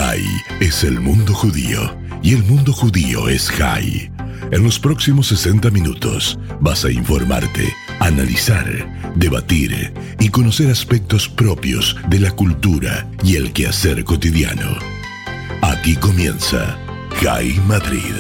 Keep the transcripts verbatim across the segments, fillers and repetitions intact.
Jai es el mundo judío y el mundo judío es Jai. En los próximos sesenta minutos vas a informarte, analizar, debatir y conocer aspectos propios de la cultura y el quehacer cotidiano. Aquí comienza Jai Madrid.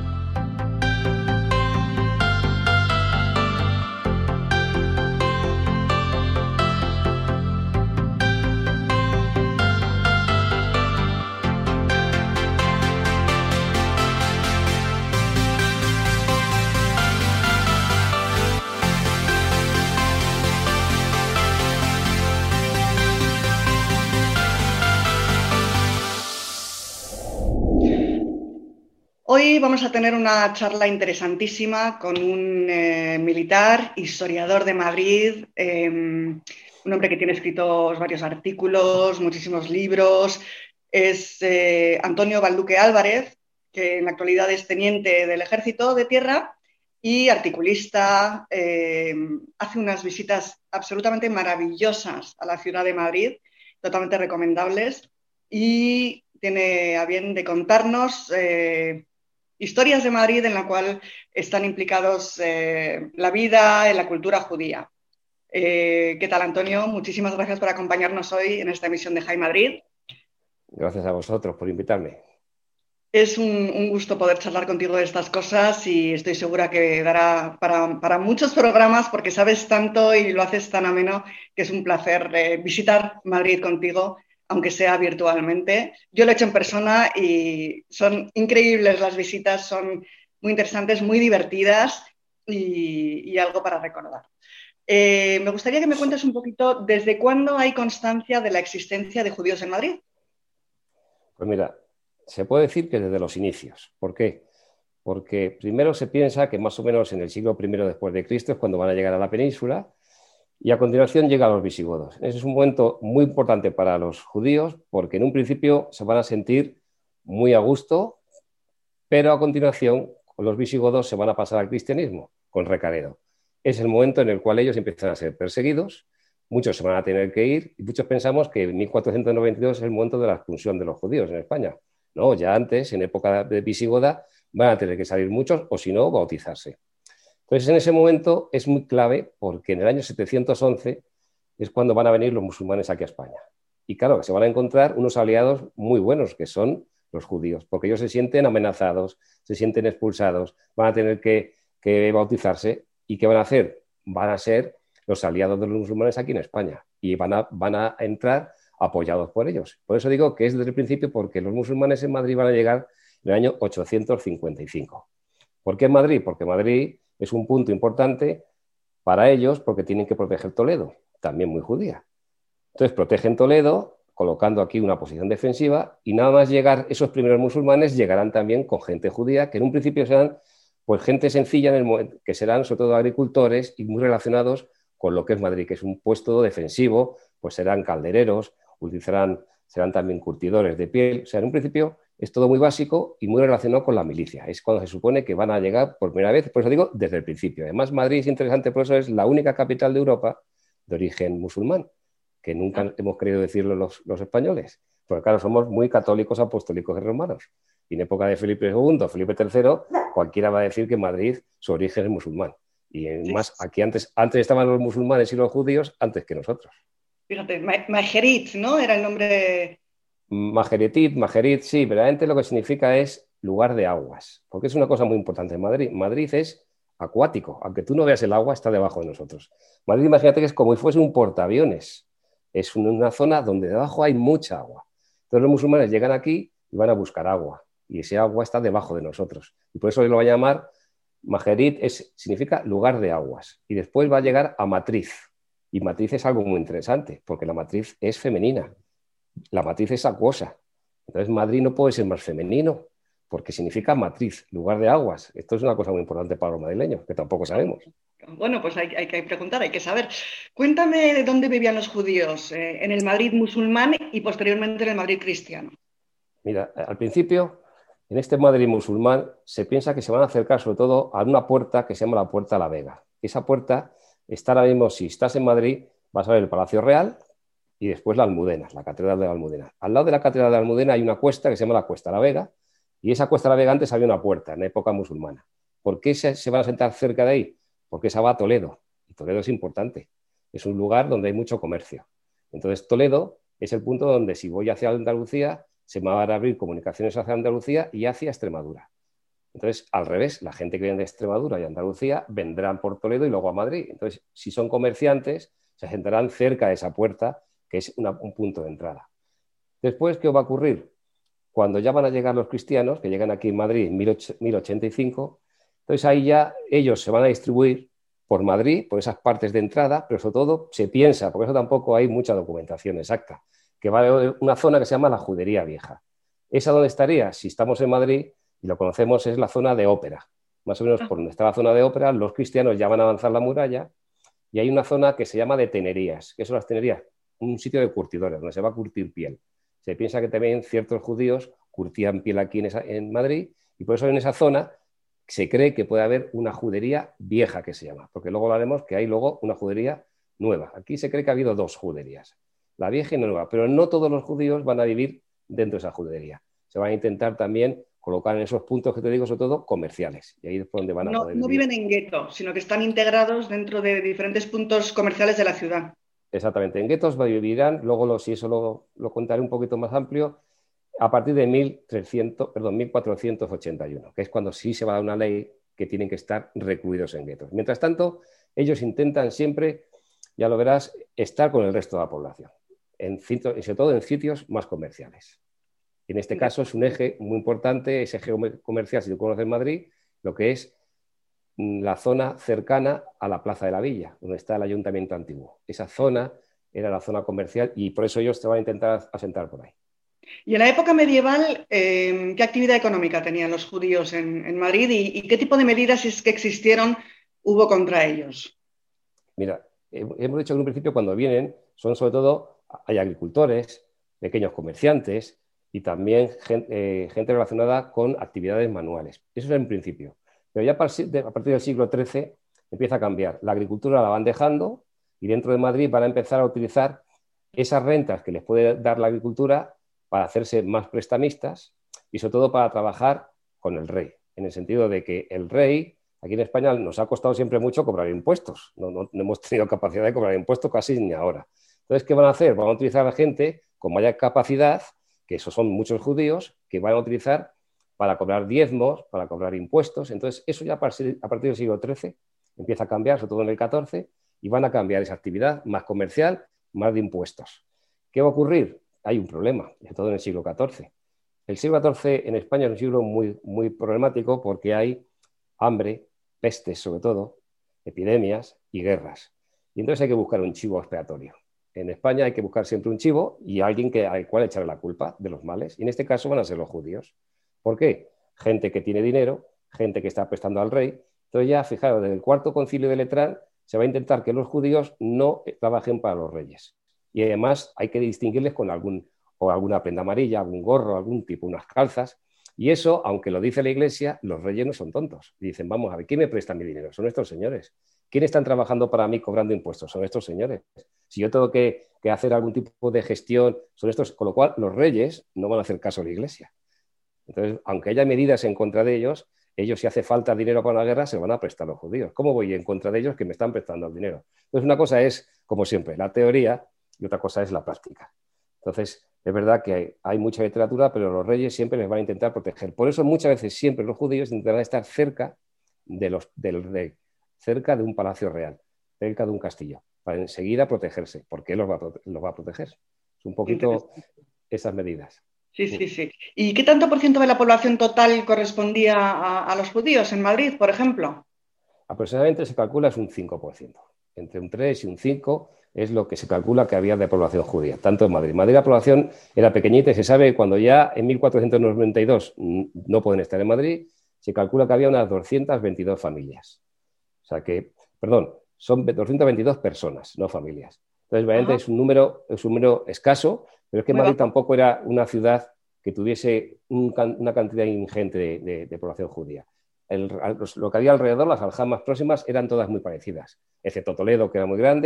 Hoy vamos a tener una charla interesantísima con un eh, militar, historiador de Madrid, eh, un hombre que tiene escritos varios artículos, muchísimos libros. Es eh, Antonio Balduque Álvarez, que en la actualidad es teniente del Ejército de Tierra y articulista. Eh, hace unas visitas absolutamente maravillosas a la ciudad de Madrid, totalmente recomendables, y tiene a bien de contarnos Eh, historias de Madrid en la cual están implicados eh, la vida y la cultura judía. Eh, ¿Qué tal, Antonio? Muchísimas gracias por acompañarnos hoy en esta emisión de Jai Madrid. Gracias a vosotros por invitarme. Es un, un gusto poder charlar contigo de estas cosas y estoy segura que dará para, para muchos programas porque sabes tanto y lo haces tan ameno que es un placer eh, visitar Madrid contigo, aunque sea virtualmente. Yo lo he hecho en persona y son increíbles las visitas, son muy interesantes, muy divertidas y, y algo para recordar. Eh, me gustaría que me cuentes un poquito desde cuándo hay constancia de la existencia de judíos en Madrid. Pues mira, se puede decir que desde los inicios. ¿Por qué? Porque primero se piensa que más o menos en el siglo primero después de Cristo es cuando van a llegar a la península. Y a continuación llegan los visigodos. Ese es un momento muy importante para los judíos porque en un principio se van a sentir muy a gusto, pero a continuación con los visigodos se van a pasar al cristianismo con Recaredo. Es el momento en el cual ellos empiezan a ser perseguidos, muchos se van a tener que ir y muchos pensamos que mil cuatrocientos noventa y dos es el momento de la expulsión de los judíos en España. No, ya antes, en época de visigoda, van a tener que salir muchos o si no, bautizarse. Entonces, en ese momento es muy clave porque en el año setecientos once es cuando van a venir los musulmanes aquí a España. Y claro, se van a encontrar unos aliados muy buenos, que son los judíos, porque ellos se sienten amenazados, se sienten expulsados, van a tener que, que bautizarse. ¿Y qué van a hacer? Van a ser los aliados de los musulmanes aquí en España y van a, van a entrar apoyados por ellos. Por eso digo que es desde el principio porque los musulmanes en Madrid van a llegar en el año ochocientos cincuenta y cinco. ¿Por qué en Madrid? Porque Madrid es un punto importante para ellos porque tienen que proteger Toledo, también muy judía. Entonces protegen Toledo colocando aquí una posición defensiva y nada más llegar esos primeros musulmanes llegarán también con gente judía que en un principio serán pues, gente sencilla en el momento, que serán sobre todo agricultores y muy relacionados con lo que es Madrid, que es un puesto defensivo, pues serán caldereros, utilizarán, serán también curtidores de piel. O sea, en un principio es todo muy básico y muy relacionado con la milicia. Es cuando se supone que van a llegar por primera vez, por eso digo, desde el principio. Además, Madrid es interesante, por eso es la única capital de Europa de origen musulmán, que nunca ah. hemos querido decirlo los, los españoles. Porque claro, somos muy católicos, apostólicos y romanos. Y en época de Felipe segundo, Felipe tercero, cualquiera va a decir que Madrid su origen es musulmán. Y además, sí. aquí antes, antes estaban los musulmanes y los judíos antes que nosotros. Fíjate, Majerit, ¿no? Era el nombre de... Majeretit, Majerit, sí, verdaderamente lo que significa es lugar de aguas, porque es una cosa muy importante en Madrid. Madrid es acuático, aunque tú no veas el agua, está debajo de nosotros. Madrid, imagínate que es como si fuese un portaaviones, es una zona donde debajo hay mucha agua. Entonces los musulmanes llegan aquí y van a buscar agua, y ese agua está debajo de nosotros. Y por eso lo va a llamar Majerit, es, significa lugar de aguas, y después va a llegar a matriz, y matriz es algo muy interesante, porque la matriz es femenina. La matriz es acuosa. Entonces Madrid no puede ser más femenino porque significa matriz, lugar de aguas. Esto es una cosa muy importante para los madrileños, que tampoco sabemos. Bueno, pues hay, hay que preguntar, hay que saber. Cuéntame de dónde vivían los judíos, eh, en el Madrid musulmán y posteriormente en el Madrid cristiano. Mira, al principio, en este Madrid musulmán se piensa que se van a acercar sobre todo a una puerta que se llama la Puerta a la Vega. Esa puerta está ahora mismo, si estás en Madrid, vas a ver el Palacio Real, y después la Almudena, la Catedral de la Almudena. Al lado de la Catedral de la Almudena hay una cuesta que se llama la Cuesta la Vega, y esa Cuesta la Vega antes había una puerta en la época musulmana. ¿Por qué se, se van a sentar cerca de ahí? Porque esa va a Toledo, y Toledo es importante. Es un lugar donde hay mucho comercio. Entonces Toledo es el punto donde si voy hacia Andalucía, se me van a abrir comunicaciones hacia Andalucía y hacia Extremadura. Entonces, al revés, la gente que viene de Extremadura y Andalucía vendrán por Toledo y luego a Madrid. Entonces, si son comerciantes, se sentarán cerca de esa puerta, que es una, un punto de entrada. Después, ¿qué va a ocurrir? Cuando ya van a llegar los cristianos, que llegan aquí en Madrid en mil ochenta y cinco, entonces ahí ya ellos se van a distribuir por Madrid, por esas partes de entrada, pero sobre todo se piensa, porque eso tampoco hay mucha documentación exacta, que va a haber una zona que se llama la Judería Vieja. ¿Esa dónde estaría? Si estamos en Madrid, y lo conocemos, es la zona de Ópera. Más o menos por donde está la zona de Ópera, los cristianos ya van a avanzar la muralla, y hay una zona que se llama de tenerías. ¿Qué son las tenerías? Un sitio de curtidores, donde se va a curtir piel. Se piensa que también ciertos judíos curtían piel aquí en, esa, en Madrid, y por eso en esa zona se cree que puede haber una judería vieja, que se llama, porque luego hablaremos que hay luego una judería nueva. Aquí se cree que ha habido dos juderías, la vieja y la nueva, pero no todos los judíos van a vivir dentro de esa judería. Se van a intentar también colocar en esos puntos que te digo, sobre todo comerciales, y ahí es por donde van a no, poder no vivir. viven en gueto, sino que están integrados dentro de diferentes puntos comerciales de la ciudad. Exactamente, en guetos vivirán, luego lo, si eso lo, lo contaré un poquito más amplio, a partir de mil trescientos, perdón, mil cuatrocientos ochenta y uno, que es cuando sí se va a dar una ley que tienen que estar recluidos en guetos. Mientras tanto, ellos intentan siempre, ya lo verás, estar con el resto de la población, en, sobre todo en sitios más comerciales. En este caso es un eje muy importante, ese eje comercial, si tú conoces Madrid, lo que es la zona cercana a la Plaza de la Villa, donde está el Ayuntamiento antiguo. Esa zona era la zona comercial y por eso ellos se van a intentar asentar por ahí. Y en la época medieval, eh, ¿qué actividad económica tenían los judíos en, en Madrid y, y qué tipo de medidas, si es que existieron, hubo contra ellos? Mira, hemos dicho que en un principio cuando vienen son sobre todo, hay agricultores, pequeños comerciantes y también gente, eh, gente relacionada con actividades manuales. Eso es en principio. Pero ya a partir del siglo trece empieza a cambiar. La agricultura la van dejando y dentro de Madrid van a empezar a utilizar esas rentas que les puede dar la agricultura para hacerse más prestamistas y sobre todo para trabajar con el rey, en el sentido de que el rey, aquí en España nos ha costado siempre mucho cobrar impuestos, no, no, no hemos tenido capacidad de cobrar impuestos casi ni ahora. Entonces, ¿qué van a hacer? Van a utilizar a gente con mayor capacidad, que esos son muchos judíos, que van a utilizar para cobrar diezmos, para cobrar impuestos. Entonces, eso ya a partir, a partir del siglo trece empieza a cambiar, sobre todo en el catorce, y van a cambiar esa actividad más comercial, más de impuestos. ¿Qué va a ocurrir? Hay un problema, sobre todo en el siglo catorce. El siglo catorce en España es un siglo muy, muy problemático porque hay hambre, pestes sobre todo, epidemias y guerras. Y entonces hay que buscar un chivo expiatorio. En España hay que buscar siempre un chivo y alguien que, al cual echarle la culpa de los males. Y en este caso van a ser los judíos. ¿Por qué? Gente que tiene dinero, gente que está prestando al rey. Entonces ya, fijaros, desde el cuarto concilio de Letrán se va a intentar que los judíos no trabajen para los reyes. Y además hay que distinguirles con algún, o alguna prenda amarilla, algún gorro, algún tipo, unas calzas. Y eso, aunque lo dice la Iglesia, los reyes no son tontos. Y dicen, vamos a ver, ¿quién me presta mi dinero? Son estos señores. ¿Quién están trabajando para mí cobrando impuestos? Son estos señores. Si yo tengo que, que hacer algún tipo de gestión, son estos. Con lo cual, los reyes no van a hacer caso a la Iglesia. Entonces, aunque haya medidas en contra de ellos, ellos si hace falta dinero para la guerra, se van a prestar a los judíos. ¿Cómo voy en contra de ellos que me están prestando el dinero? Entonces, una cosa es, como siempre, la teoría y otra cosa es la práctica. Entonces, es verdad que hay, hay mucha literatura, pero los reyes siempre les van a intentar proteger. Por eso muchas veces siempre los judíos intentarán estar cerca de los, del rey, cerca de un palacio real, cerca de un castillo, para enseguida protegerse, porque él los va a, los va a proteger. Es un poquito esas medidas. Sí, sí, sí. ¿Y qué tanto por ciento de la población total correspondía a, a los judíos en Madrid, por ejemplo? Aproximadamente se calcula es un cinco por ciento. Entre un tres y un cinco por ciento es lo que se calcula que había de población judía, tanto en Madrid. Madrid la población era pequeñita y se sabe que cuando ya en mil cuatrocientos noventa y dos no pueden estar en Madrid, se calcula que había unas doscientas veintidós familias. O sea que, perdón, son doscientas veintidós personas, no familias. Entonces, obviamente es un número, es un número escaso, pero es que Madrid tampoco era una ciudad que tuviese un, una cantidad ingente de, de, de población judía. El, lo que había alrededor, las aljamas próximas, eran todas muy parecidas, excepto Toledo, que era muy grande,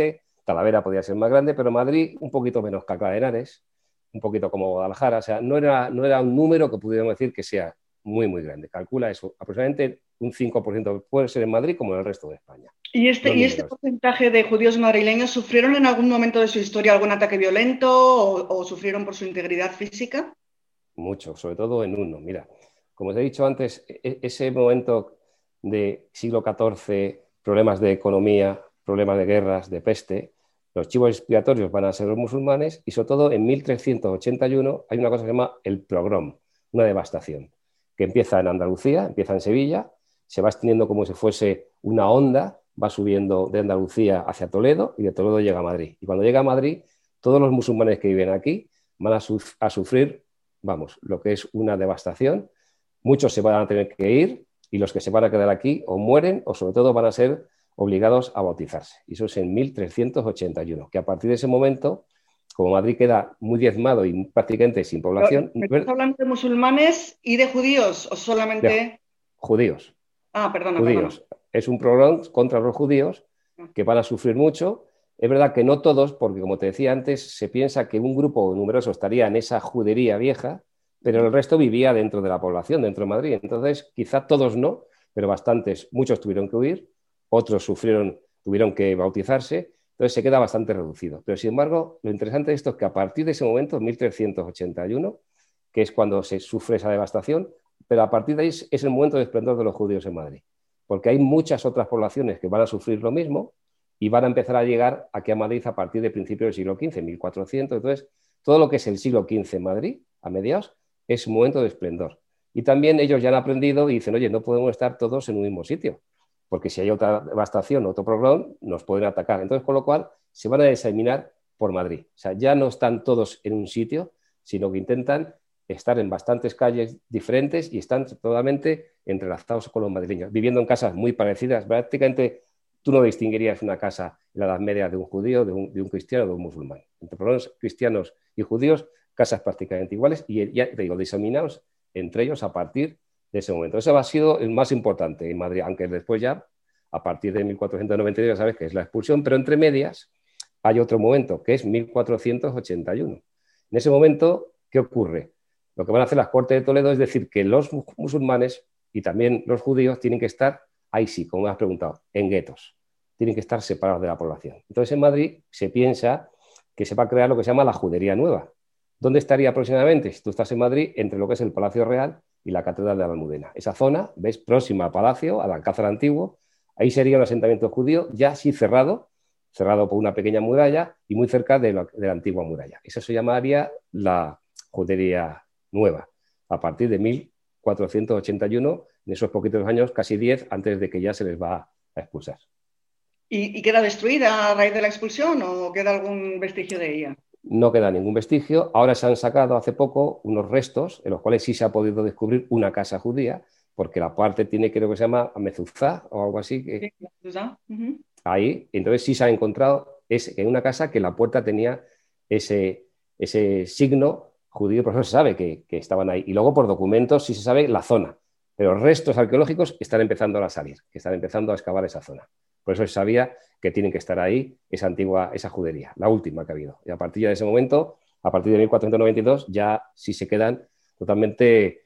Talavera podía ser más grande, pero Madrid un poquito menos que Alcalá de Henares, un poquito como Guadalajara, o sea, no era, no era un número que pudiéramos decir que sea muy, muy grande. Calcula eso, aproximadamente un cinco por ciento puede ser en Madrid como en el resto de España. ¿Y este, ¿y este porcentaje de judíos madrileños sufrieron en algún momento de su historia algún ataque violento o, o sufrieron por su integridad física? Mucho, sobre todo en uno. Mira, como te he dicho antes, ese momento de siglo catorce, problemas de economía, problemas de guerras, de peste, los chivos expiatorios van a ser los musulmanes y sobre todo en mil trescientos ochenta y uno hay una cosa que se llama el pogrom, una devastación, que empieza en Andalucía, empieza en Sevilla, se va extendiendo como si fuese una onda, va subiendo de Andalucía hacia Toledo y de Toledo llega a Madrid. Y cuando llega a Madrid, todos los musulmanes que viven aquí van a, suf- a sufrir, vamos, lo que es una devastación. Muchos se van a tener que ir y los que se van a quedar aquí o mueren o sobre todo van a ser obligados a bautizarse. Y eso es en mil trescientos ochenta y uno, que a partir de ese momento, como Madrid queda muy diezmado y prácticamente sin población... ¿Me estás hablando de musulmanes y de judíos o solamente...? De judíos. Ah, perdona, judíos. perdona. Es un programa contra los judíos que van a sufrir mucho. Es verdad que no todos, porque como te decía antes, se piensa que un grupo numeroso estaría en esa judería vieja, pero el resto vivía dentro de la población, dentro de Madrid. Entonces, quizá todos no, pero bastantes, muchos tuvieron que huir, otros sufrieron, tuvieron que bautizarse, entonces se queda bastante reducido. Pero, sin embargo, lo interesante de esto es que a partir de ese momento, mil trescientos ochenta y uno, que es cuando se sufre esa devastación, pero a partir de ahí es el momento de esplendor de los judíos en Madrid, porque hay muchas otras poblaciones que van a sufrir lo mismo y van a empezar a llegar aquí a Madrid a partir de principios del siglo quince, mil cuatrocientos. Entonces, todo lo que es el siglo quince en Madrid, a mediados, es un momento de esplendor. Y también ellos ya han aprendido y dicen, oye, no podemos estar todos en un mismo sitio, porque si hay otra devastación, otro programa, nos pueden atacar. Entonces, con lo cual, se van a diseminar por Madrid. O sea, ya no están todos en un sitio, sino que intentan estar en bastantes calles diferentes y están totalmente entrelazados con los madrileños, viviendo en casas muy parecidas. Prácticamente tú no distinguirías una casa en la Edad Media de un judío, de un, de un cristiano o de un musulmán. Entre problemas cristianos y judíos, casas prácticamente iguales y, ya te digo, diseminados entre ellos a partir de ese momento. Eso ha sido el más importante en Madrid, aunque después ya, a partir de mil cuatrocientos noventa y dos, ya sabes que es la expulsión, pero entre medias hay otro momento, que es mil cuatrocientos ochenta y uno. En ese momento, ¿qué ocurre? Lo que van a hacer las Cortes de Toledo es decir que los musulmanes y también los judíos tienen que estar, ahí sí, como me has preguntado, en guetos. Tienen que estar separados de la población. Entonces, en Madrid se piensa que se va a crear lo que se llama la judería nueva. ¿Dónde estaría aproximadamente? Si tú estás en Madrid, entre lo que es el Palacio Real y la Catedral de la Almudena. Esa zona, ves, próxima al Palacio, al Alcázar Antiguo, ahí sería un asentamiento judío ya sí cerrado, cerrado por una pequeña muralla y muy cerca de la, de la antigua muralla. Eso se llamaría la judería nueva, a partir de mil cuatrocientos ochenta y uno, en esos poquitos años, casi diez, antes de que ya se les va a expulsar. ¿Y, y queda destruida a raíz de la expulsión o queda algún vestigio de ella? No queda ningún vestigio. Ahora se han sacado hace poco unos restos en los cuales sí se ha podido descubrir una casa judía, porque la parte tiene, creo que se llama Mezuzá o algo así. Que... Sí, Mezuzá. Uh-huh. Ahí, entonces sí se ha encontrado es, en una casa que la puerta tenía ese, ese signo judío, por eso se sabe que, que estaban ahí. Y luego por documentos sí se sabe la zona, pero restos arqueológicos están empezando a salir, que están empezando a excavar esa zona. Por eso se sabía que tienen que estar ahí esa antigua, esa judería, la última que ha habido. Y a partir de ese momento, a partir de mil cuatrocientos noventa y dos, ya sí se quedan totalmente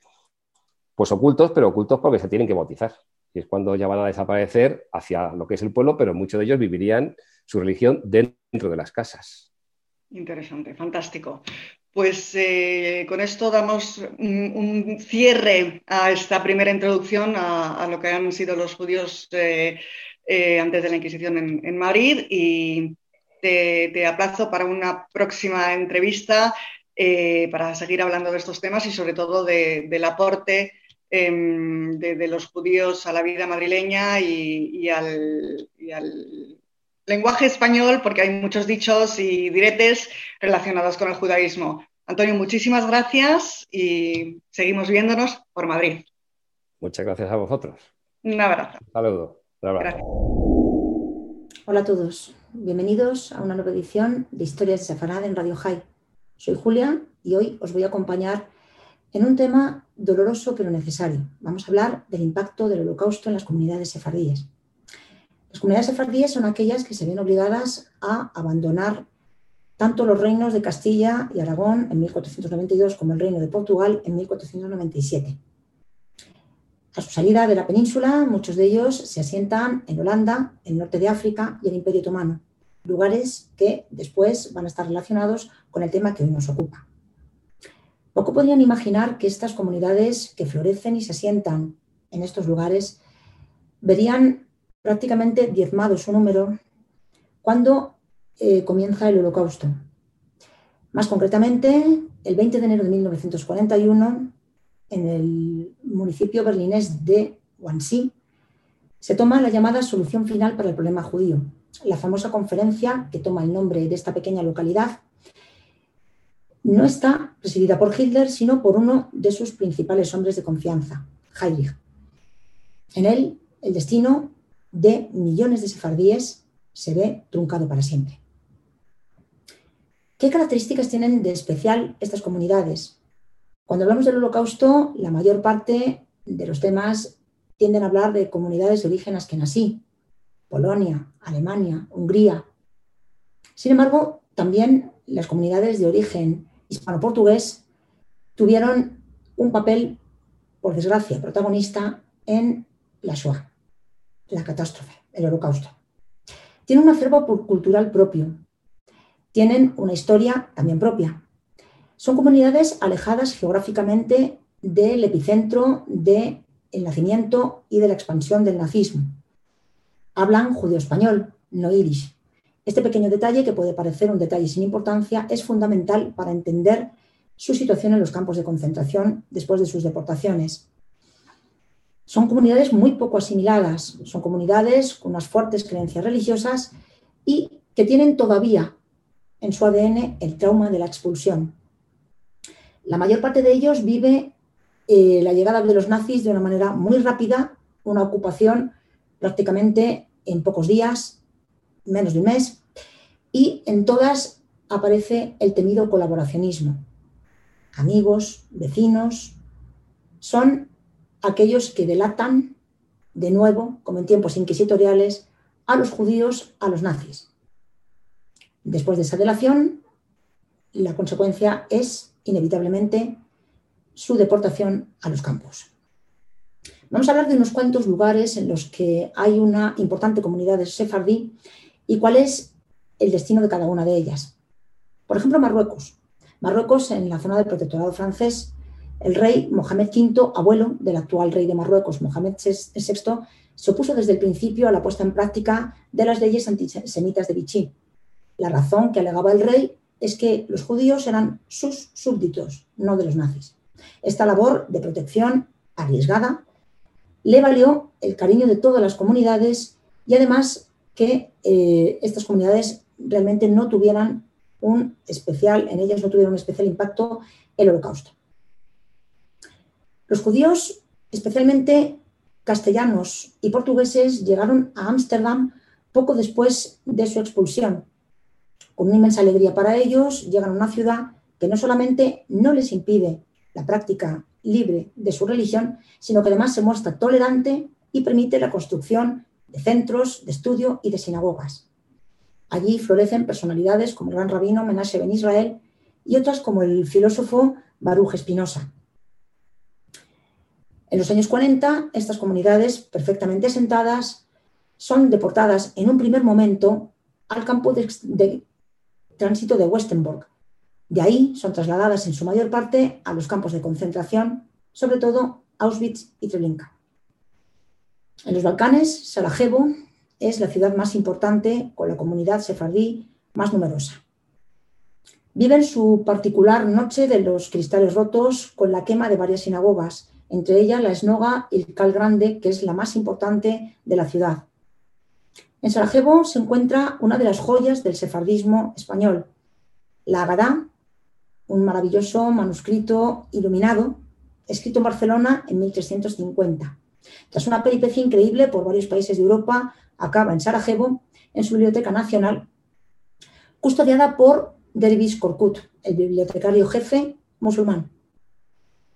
pues ocultos, pero ocultos porque se tienen que bautizar. Y es cuando ya van a desaparecer hacia lo que es el pueblo, pero muchos de ellos vivirían su religión dentro de las casas. Interesante, fantástico. Pues eh, con esto damos un, un cierre a esta primera introducción a, a lo que han sido los judíos eh, eh, antes de la Inquisición en, en Madrid y te, te aplazo para una próxima entrevista eh, para seguir hablando de estos temas y sobre todo de, del aporte eh, de, de los judíos a la vida madrileña y, y, al, y al lenguaje español, porque hay muchos dichos y diretes relacionados con el judaísmo. Antonio, muchísimas gracias y seguimos viéndonos por Madrid. Muchas gracias a vosotros. Un abrazo. Un saludo. Un abrazo. Gracias. Hola a todos. Bienvenidos a una nueva edición de Historias de Sefarad en Radio High. Soy Julia y hoy os voy a acompañar en un tema doloroso pero necesario. Vamos a hablar del impacto del Holocausto en las comunidades sefardíes. Las comunidades sefardíes son aquellas que se ven obligadas a abandonar tanto los reinos de Castilla y Aragón en mil cuatrocientos noventa y dos como el reino de Portugal en mil cuatrocientos noventa y siete. A su salida de la península, muchos de ellos se asientan en Holanda, el norte de África y el Imperio Otomano, lugares que después van a estar relacionados con el tema que hoy nos ocupa. Poco podrían imaginar que estas comunidades que florecen y se asientan en estos lugares verían prácticamente diezmado su número cuando eh, comienza el Holocausto. Más concretamente, el veinte de enero de mil novecientos cuarenta y uno, en el municipio berlinés de Wannsee, se toma la llamada solución final para el problema judío, la famosa conferencia que toma el nombre de esta pequeña localidad. No está presidida por Hitler, sino por uno de sus principales hombres de confianza, Heydrich. En él, el destino de millones de sefardíes se ve truncado para siempre. ¿Qué características tienen de especial estas comunidades? Cuando hablamos del Holocausto, la mayor parte de los temas tienden a hablar de comunidades de origen askenazí, Polonia, Alemania, Hungría. Sin embargo, también las comunidades de origen hispano-portugués tuvieron un papel, por desgracia, protagonista en la Shoah, la catástrofe, el Holocausto. Tienen un acervo cultural propio, tienen una historia también propia. Son comunidades alejadas geográficamente del epicentro del nacimiento y de la expansión del nazismo. Hablan judeo-español, no yiddish. Este pequeño detalle, que puede parecer un detalle sin importancia, es fundamental para entender su situación en los campos de concentración después de sus deportaciones. Son comunidades muy poco asimiladas, son comunidades con unas fuertes creencias religiosas y que tienen todavía en su A D N el trauma de la expulsión. La mayor parte de ellos vive eh, la llegada de los nazis de una manera muy rápida, una ocupación prácticamente en pocos días, menos de un mes, y en todas aparece el temido colaboracionismo. Amigos, vecinos, son aquellos que delatan de nuevo, como en tiempos inquisitoriales, a los judíos, a los nazis. Después de esa delación, la consecuencia es inevitablemente su deportación a los campos. Vamos a hablar de unos cuantos lugares en los que hay una importante comunidad de sefardí y cuál es el destino de cada una de ellas. Por ejemplo, Marruecos. Marruecos, en la zona del protectorado francés, el rey Mohamed quinto, abuelo del actual rey de Marruecos, Mohamed sexto, se opuso desde el principio a la puesta en práctica de las leyes antisemitas de Vichy. La razón que alegaba el rey es que los judíos eran sus súbditos, no de los nazis. Esta labor de protección arriesgada le valió el cariño de todas las comunidades y además que eh, estas comunidades realmente no tuvieran un especial, en ellas no tuvieron un especial impacto el Holocausto. Los judíos, especialmente castellanos y portugueses, llegaron a Ámsterdam poco después de su expulsión. Con una inmensa alegría para ellos, llegan a una ciudad que no solamente no les impide la práctica libre de su religión, sino que además se muestra tolerante y permite la construcción de centros de estudio y de sinagogas. Allí florecen personalidades como el gran rabino Menashe ben Israel y otras como el filósofo Baruch Spinoza. En los años cuarenta, estas comunidades perfectamente asentadas son deportadas en un primer momento al campo de, de tránsito de Westerbork. De ahí son trasladadas en su mayor parte a los campos de concentración, sobre todo Auschwitz y Treblinka. En los Balcanes, Sarajevo es la ciudad más importante con la comunidad sefardí más numerosa. Viven su particular noche de los cristales rotos con la quema de varias sinagogas, entre ellas la Esnoga y el Cal Grande, que es la más importante de la ciudad. En Sarajevo se encuentra una de las joyas del sefardismo español, la Agadá, un maravilloso manuscrito iluminado, escrito en Barcelona en mil trescientos cincuenta. Tras una peripecia increíble por varios países de Europa, acaba en Sarajevo, en su biblioteca nacional, custodiada por Dervish Korkut, el bibliotecario jefe musulmán.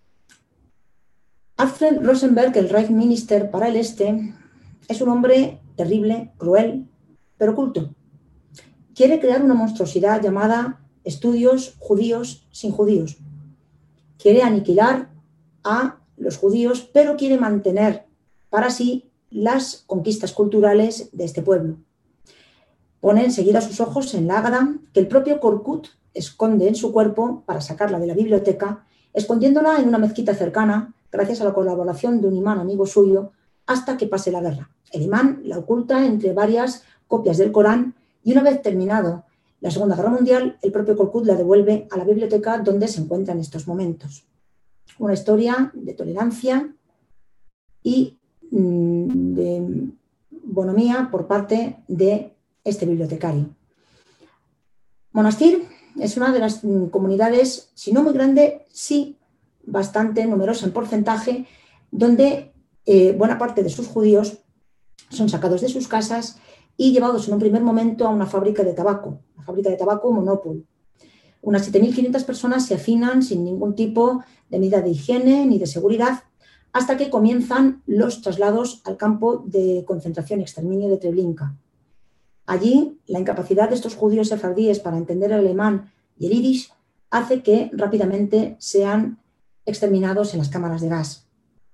Alfred Rosenberg, el Reichsminister para el Este, es un hombre terrible, cruel, pero culto. Quiere crear una monstruosidad llamada estudios judíos sin judíos. Quiere aniquilar a los judíos, pero quiere mantener para sí las conquistas culturales de este pueblo. Pone enseguida sus ojos en la Ágada que el propio Korkut esconde en su cuerpo para sacarla de la biblioteca, escondiéndola en una mezquita cercana, gracias a la colaboración de un imán amigo suyo, hasta que pase la guerra. El imán la oculta entre varias copias del Corán y una vez terminado la Segunda Guerra Mundial, el propio Korkut la devuelve a la biblioteca donde se encuentra en estos momentos. Una historia de tolerancia y mmm, de bonomía por parte de este bibliotecario. Monastir es una de las comunidades, si no muy grande, sí bastante numerosa en porcentaje, donde eh, buena parte de sus judíos son sacados de sus casas y llevados en un primer momento a una fábrica de tabaco, la fábrica de tabaco Monopol. Unas siete mil quinientas personas se hacinan sin ningún tipo de medida de higiene ni de seguridad hasta que comienzan los traslados al campo de concentración y exterminio de Treblinka. Allí, la incapacidad de estos judíos sefardíes para entender el alemán y el yiddish hace que rápidamente sean exterminados en las cámaras de gas.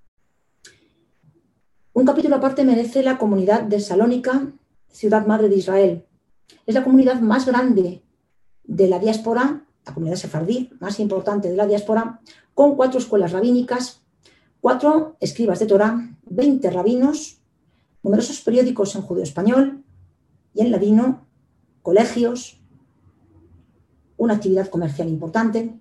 Un capítulo aparte merece la comunidad de Salónica, ciudad madre de Israel. Es la comunidad más grande de la diáspora, la comunidad sefardí más importante de la diáspora, con cuatro escuelas rabínicas, cuatro escribas de Torá, veinte rabinos, numerosos periódicos en judío español y en ladino, colegios, una actividad comercial importante.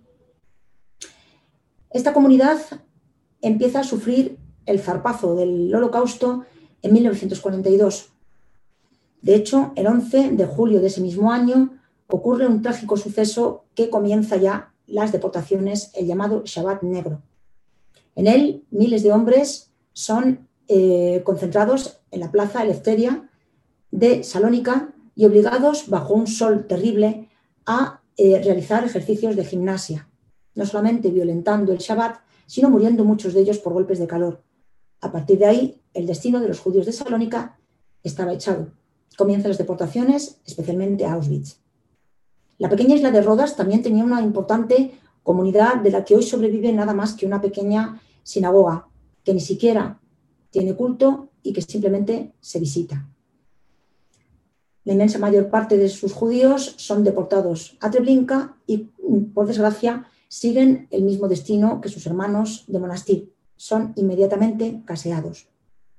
Esta comunidad empieza a sufrir el zarpazo del Holocausto en mil novecientos cuarenta y dos. De hecho, el once de julio de ese mismo año ocurre un trágico suceso que comienza ya las deportaciones, el llamado Shabbat Negro. En él, miles de hombres son eh, concentrados en la plaza Eleftheria de Salónica y obligados, bajo un sol terrible, a eh, realizar ejercicios de gimnasia, no solamente violentando el Shabbat, sino muriendo muchos de ellos por golpes de calor. A partir de ahí, el destino de los judíos de Salónica estaba echado. Comienzan las deportaciones, especialmente a Auschwitz. La pequeña isla de Rodas también tenía una importante comunidad de la que hoy sobrevive nada más que una pequeña sinagoga, que ni siquiera tiene culto y que simplemente se visita. La inmensa mayor parte de sus judíos son deportados a Treblinka y, por desgracia, siguen el mismo destino que sus hermanos de Monastir. Son inmediatamente caseados.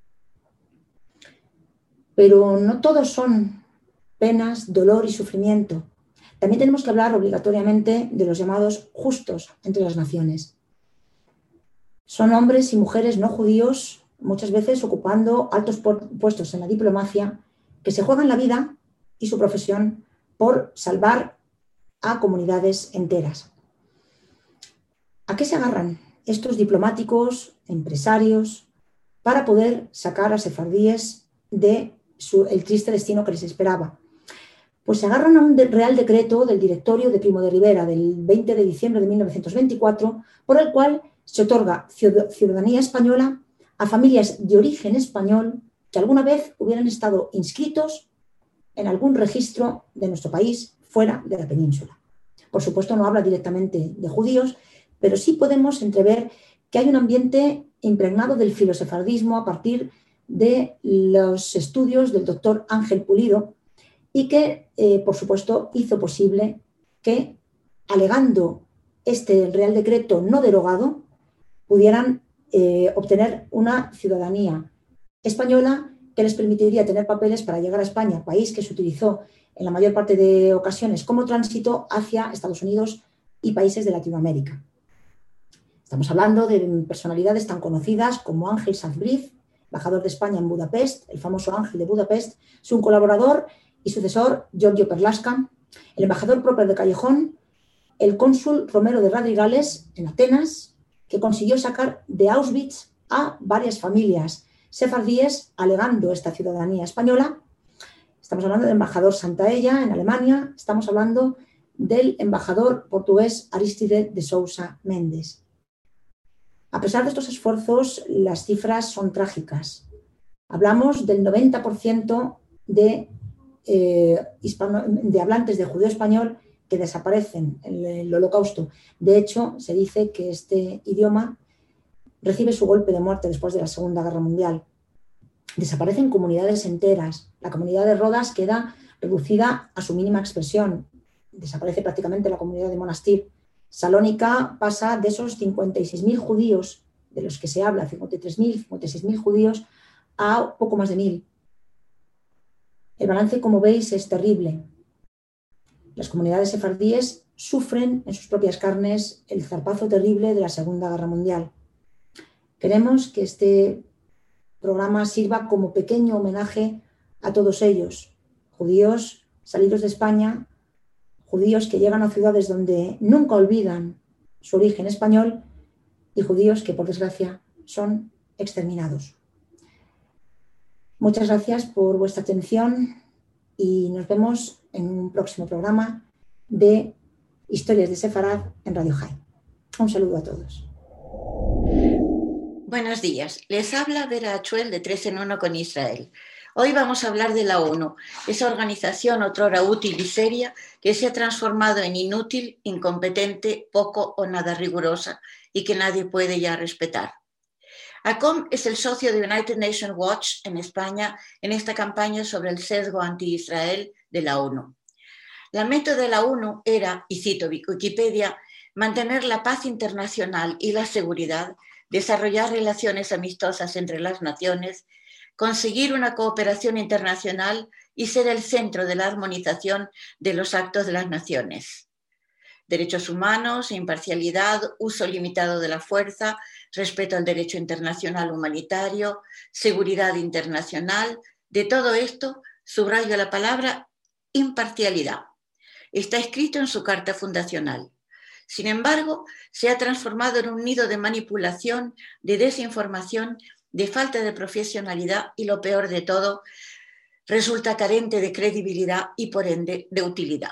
Pero no todos son penas, dolor y sufrimiento. También tenemos que hablar obligatoriamente de los llamados justos entre las naciones. Son hombres y mujeres no judíos, muchas veces ocupando altos puestos en la diplomacia, que se juegan la vida y su profesión por salvar a comunidades enteras. ¿A qué se agarran estos diplomáticos, empresarios, para poder sacar a sefardíes del de triste destino que les esperaba? Pues se agarran a un de, real decreto del directorio de Primo de Rivera del veinte de diciembre de mil novecientos veinticuatro, por el cual se otorga ciudadanía española a familias de origen español que alguna vez hubieran estado inscritos en algún registro de nuestro país fuera de la península. Por supuesto, no habla directamente de judíos, pero sí podemos entrever que hay un ambiente impregnado del filosefardismo a partir de los estudios del doctor Ángel Pulido y que, eh, por supuesto, hizo posible que, alegando este Real Decreto no derogado, pudieran eh, obtener una ciudadanía española que les permitiría tener papeles para llegar a España, país que se utilizó en la mayor parte de ocasiones como tránsito hacia Estados Unidos y países de Latinoamérica. Estamos hablando de personalidades tan conocidas como Ángel Sanz-Briz, embajador de España en Budapest, el famoso Ángel de Budapest, su colaborador y sucesor Giorgio Perlasca, el embajador propio de Callejón, el cónsul Romero de Radrigales en Atenas, que consiguió sacar de Auschwitz a varias familias sefardíes alegando esta ciudadanía española. Estamos hablando del embajador Santaella en Alemania, estamos hablando del embajador portugués Aristide de Sousa Mendes. A pesar de estos esfuerzos, las cifras son trágicas. Hablamos del noventa por ciento de, eh, hispano, de hablantes de judeo español que desaparecen en el Holocausto. De hecho, se dice que este idioma recibe su golpe de muerte después de la Segunda Guerra Mundial. Desaparecen comunidades enteras. La comunidad de Rodas queda reducida a su mínima expresión. Desaparece prácticamente la comunidad de Monastir. Salónica pasa de esos cincuenta y seis mil judíos, de los que se habla, cincuenta y tres mil, cincuenta y seis mil judíos, a poco más de mil. El balance, como veis, es terrible. Las comunidades sefardíes sufren en sus propias carnes el zarpazo terrible de la Segunda Guerra Mundial. Queremos que este programa sirva como pequeño homenaje a todos ellos, judíos salidos de España, judíos que llegan a ciudades donde nunca olvidan su origen español y judíos que, por desgracia, son exterminados. Muchas gracias por vuestra atención y nos vemos en un próximo programa de Historias de Sefarad en Radio High. Un saludo a todos. Buenos días, les habla Vera Achuel de Tres en Uno con Israel. Hoy vamos a hablar de la ONU, esa organización otrora útil y seria que se ha transformado en inútil, incompetente, poco o nada rigurosa y que nadie puede ya respetar. ACOM es el socio de United Nations Watch en España en esta campaña sobre el sesgo anti-Israel de la ONU. La meta de la ONU era, y cito Wikipedia, mantener la paz internacional y la seguridad, desarrollar relaciones amistosas entre las naciones, conseguir una cooperación internacional y ser el centro de la armonización de los actos de las naciones. Derechos humanos, imparcialidad, uso limitado de la fuerza, respeto al derecho internacional humanitario, seguridad internacional. De todo esto, subrayo la palabra imparcialidad. Está escrito en su carta fundacional. Sin embargo, se ha transformado en un nido de manipulación, de desinformación, de falta de profesionalidad y, lo peor de todo, resulta carente de credibilidad y, por ende, de utilidad.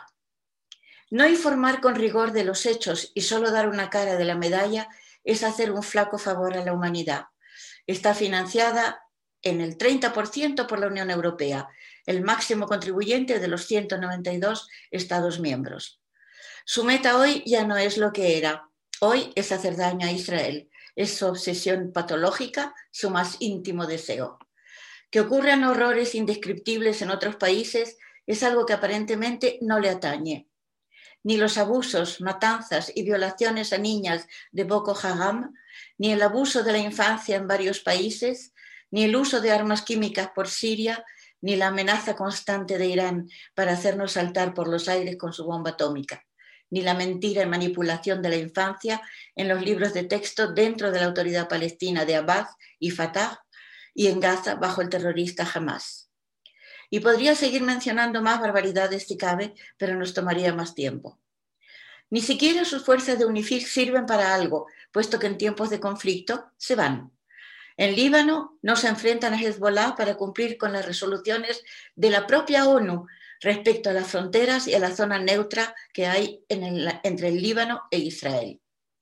No informar con rigor de los hechos y solo dar una cara de la medalla es hacer un flaco favor a la humanidad. Está financiada en el treinta por ciento por la Unión Europea, el máximo contribuyente de los ciento noventa y dos Estados miembros. Su meta hoy ya no es lo que era. Hoy es hacer daño a Israel. Es su obsesión patológica, su más íntimo deseo. Que ocurran horrores indescriptibles en otros países es algo que aparentemente no le atañe. Ni los abusos, matanzas y violaciones a niñas de Boko Haram, ni el abuso de la infancia en varios países, ni el uso de armas químicas por Siria, ni la amenaza constante de Irán para hacernos saltar por los aires con su bomba atómica, ni la mentira y manipulación de la infancia en los libros de texto dentro de la autoridad palestina de Abbas y Fatah y en Gaza bajo el terrorista Hamas. Y podría seguir mencionando más barbaridades si cabe, pero nos tomaría más tiempo. Ni siquiera sus fuerzas de UNIFIL sirven para algo, puesto que en tiempos de conflicto se van. En Líbano no se enfrentan a Hezbollah para cumplir con las resoluciones de la propia ONU respecto a las fronteras y a la zona neutra que hay en el, entre el Líbano e Israel.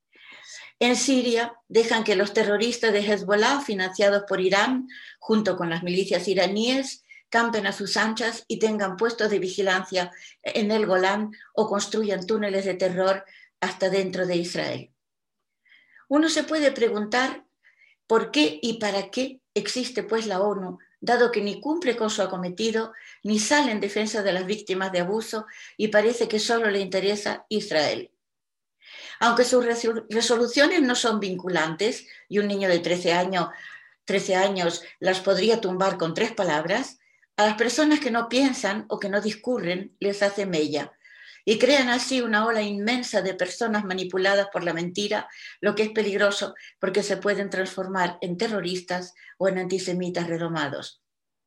En Siria dejan que los terroristas de Hezbollah, financiados por Irán, junto con las milicias iraníes, campen a sus anchas y tengan puestos de vigilancia en el Golán o construyan túneles de terror hasta dentro de Israel. Uno se puede preguntar por qué y para qué existe pues la ONU, dado que ni cumple con su acometido, ni sale en defensa de las víctimas de abuso y parece que solo le interesa Israel. Aunque sus resoluciones no son vinculantes y un niño de trece años, trece años las podría tumbar con tres palabras, a las personas que no piensan o que no discurren les hace mella y crean así una ola inmensa de personas manipuladas por la mentira, lo que es peligroso porque se pueden transformar en terroristas o en antisemitas redomados.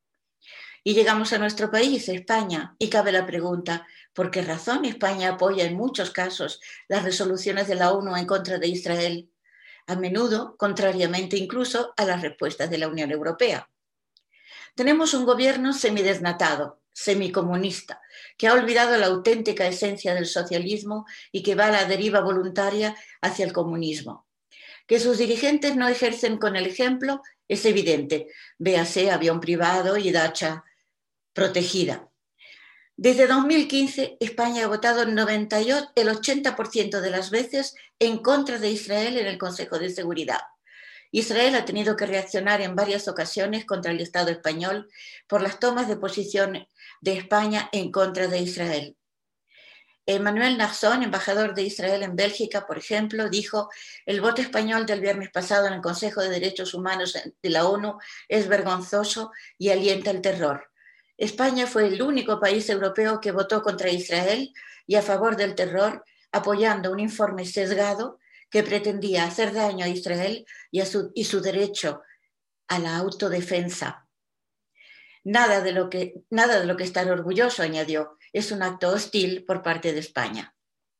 Y llegamos a nuestro país, España, y cabe la pregunta, ¿por qué razón España apoya en muchos casos las resoluciones de la ONU en contra de Israel? A menudo, contrariamente incluso a las respuestas de la Unión Europea. Tenemos un gobierno semidesnatado, semicomunista, que ha olvidado la auténtica esencia del socialismo y que va a la deriva voluntaria hacia el comunismo, Que sus dirigentes no ejercen con el ejemplo es evidente. Véase avión privado y dacha protegida. Desde dos mil quince, España ha votado noventa y ocho, el ochenta por ciento de las veces en contra de Israel en el Consejo de Seguridad. Israel ha tenido que reaccionar en varias ocasiones contra el Estado español por las tomas de posición de España en contra de Israel. Emmanuel Narzón, embajador de Israel en Bélgica, por ejemplo, dijo: el voto español del viernes pasado en el Consejo de Derechos Humanos de la ONU es vergonzoso y alienta el terror. España fue el único país europeo que votó contra Israel y a favor del terror, apoyando un informe sesgado que pretendía hacer daño a Israel y, a su, y su derecho a la autodefensa. Nada de, lo que, nada de lo que estar orgulloso, añadió, es un acto hostil por parte de España.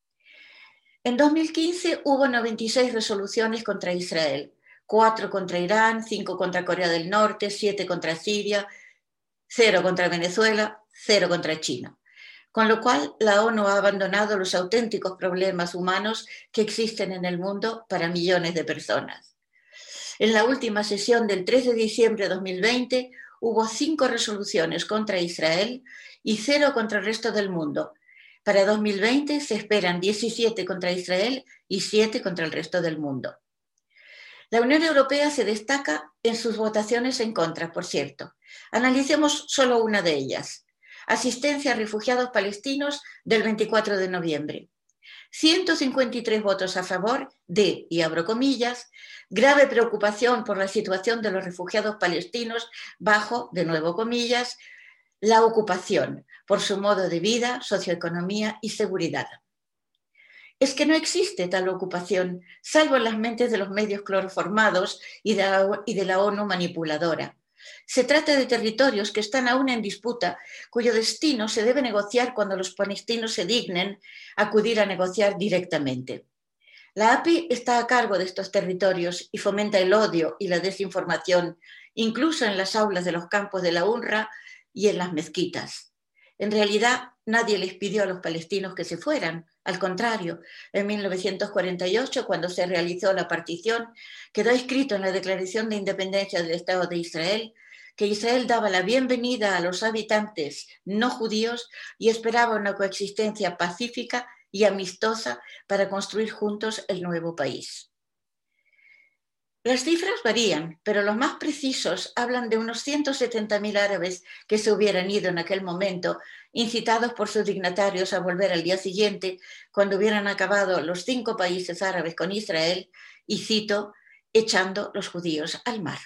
En dos mil quince hubo noventa y seis resoluciones contra Israel, cuatro contra Irán, cinco contra Corea del Norte, siete contra Siria, cero contra Venezuela, cero contra China. Con lo cual, la ONU ha abandonado los auténticos problemas humanos que existen en el mundo para millones de personas. En la última sesión del tres de diciembre de dos mil veinte hubo cinco resoluciones contra Israel y cero contra el resto del mundo. Para dos mil veinte se esperan diecisiete contra Israel y siete contra el resto del mundo. La Unión Europea se destaca en sus votaciones en contra, por cierto. Analicemos solo una de ellas. Asistencia a refugiados palestinos del veinticuatro de noviembre. ciento cincuenta y tres votos a favor de, y abro comillas, grave preocupación por la situación de los refugiados palestinos bajo, de nuevo comillas, la ocupación por su modo de vida, socioeconomía y seguridad. Es que no existe tal ocupación, salvo en las mentes de los medios cloroformados y de la, y de la ONU manipuladora. Se trata de territorios que están aún en disputa, cuyo destino se debe negociar cuando los palestinos se dignen acudir a negociar directamente. La A P I está a cargo de estos territorios y fomenta el odio y la desinformación, incluso en las aulas de los campos de la UNRWA y en las mezquitas. En realidad, nadie les pidió a los palestinos que se fueran. Al contrario, en mil novecientos cuarenta y ocho, cuando se realizó la partición, quedó escrito en la Declaración de Independencia del Estado de Israel que Israel daba la bienvenida a los habitantes no judíos y esperaba una coexistencia pacífica y amistosa para construir juntos el nuevo país. Las cifras varían, pero los más precisos hablan de unos ciento setenta mil árabes que se hubieran ido en aquel momento, incitados por sus dignatarios a volver al día siguiente, cuando hubieran acabado los cinco países árabes con Israel, y cito, echando los judíos al mar.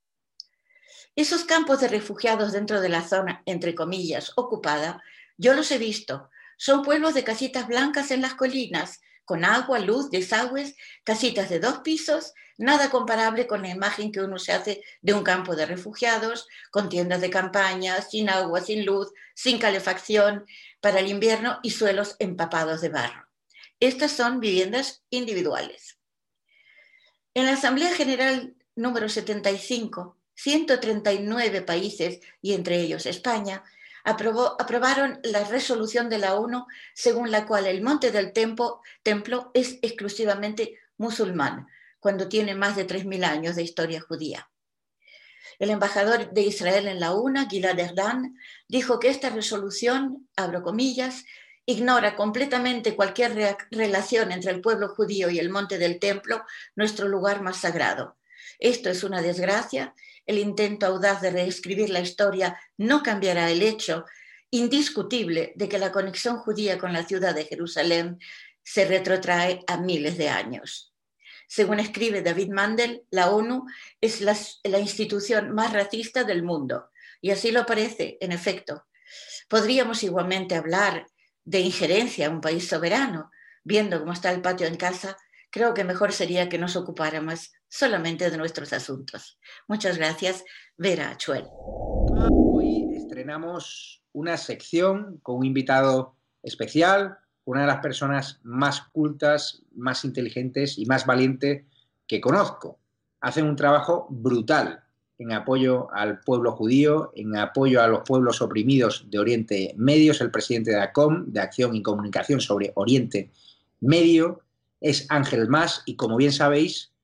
Esos campos de refugiados dentro de la zona, entre comillas, ocupada, yo los he visto. Son pueblos de casitas blancas en las colinas, con agua, luz, desagües, casitas de dos pisos, nada comparable con la imagen que uno se hace de un campo de refugiados, con tiendas de campaña, sin agua, sin luz, sin calefacción para el invierno y suelos empapados de barro. Estas son viviendas individuales. En la Asamblea General número setenta y cinco, ciento treinta y nueve países, y entre ellos España, Aprobó, aprobaron la resolución de la ONU según la cual el monte del templo, templo es exclusivamente musulmán, cuando tiene más de tres mil años de historia judía. El embajador de Israel en la ONU, Gilad Erdan, dijo que esta resolución, abro comillas, ignora completamente cualquier re- relación entre el pueblo judío y el monte del templo, nuestro lugar más sagrado. Esto es una desgracia. El intento audaz de reescribir la historia no cambiará el hecho indiscutible de que la conexión judía con la ciudad de Jerusalén se retrotrae a miles de años. Según escribe David Mandel, la ONU es la, la institución más racista del mundo, y así lo parece, en efecto. Podríamos igualmente hablar de injerencia en un país soberano. Viendo cómo está el patio en casa, creo que mejor sería que nos ocupáramos solamente de nuestros asuntos. Muchas gracias, Vera Achuel. Hoy estrenamos una sección con un invitado especial, una de las personas más cultas, más inteligentes y más valientes que conozco. Hacen un trabajo brutal en apoyo al pueblo judío, en apoyo a los pueblos oprimidos de Oriente Medio. Es el presidente de ACOM, de Acción y Comunicación sobre Oriente Medio. Es Ángel Mas y, como bien sabéis,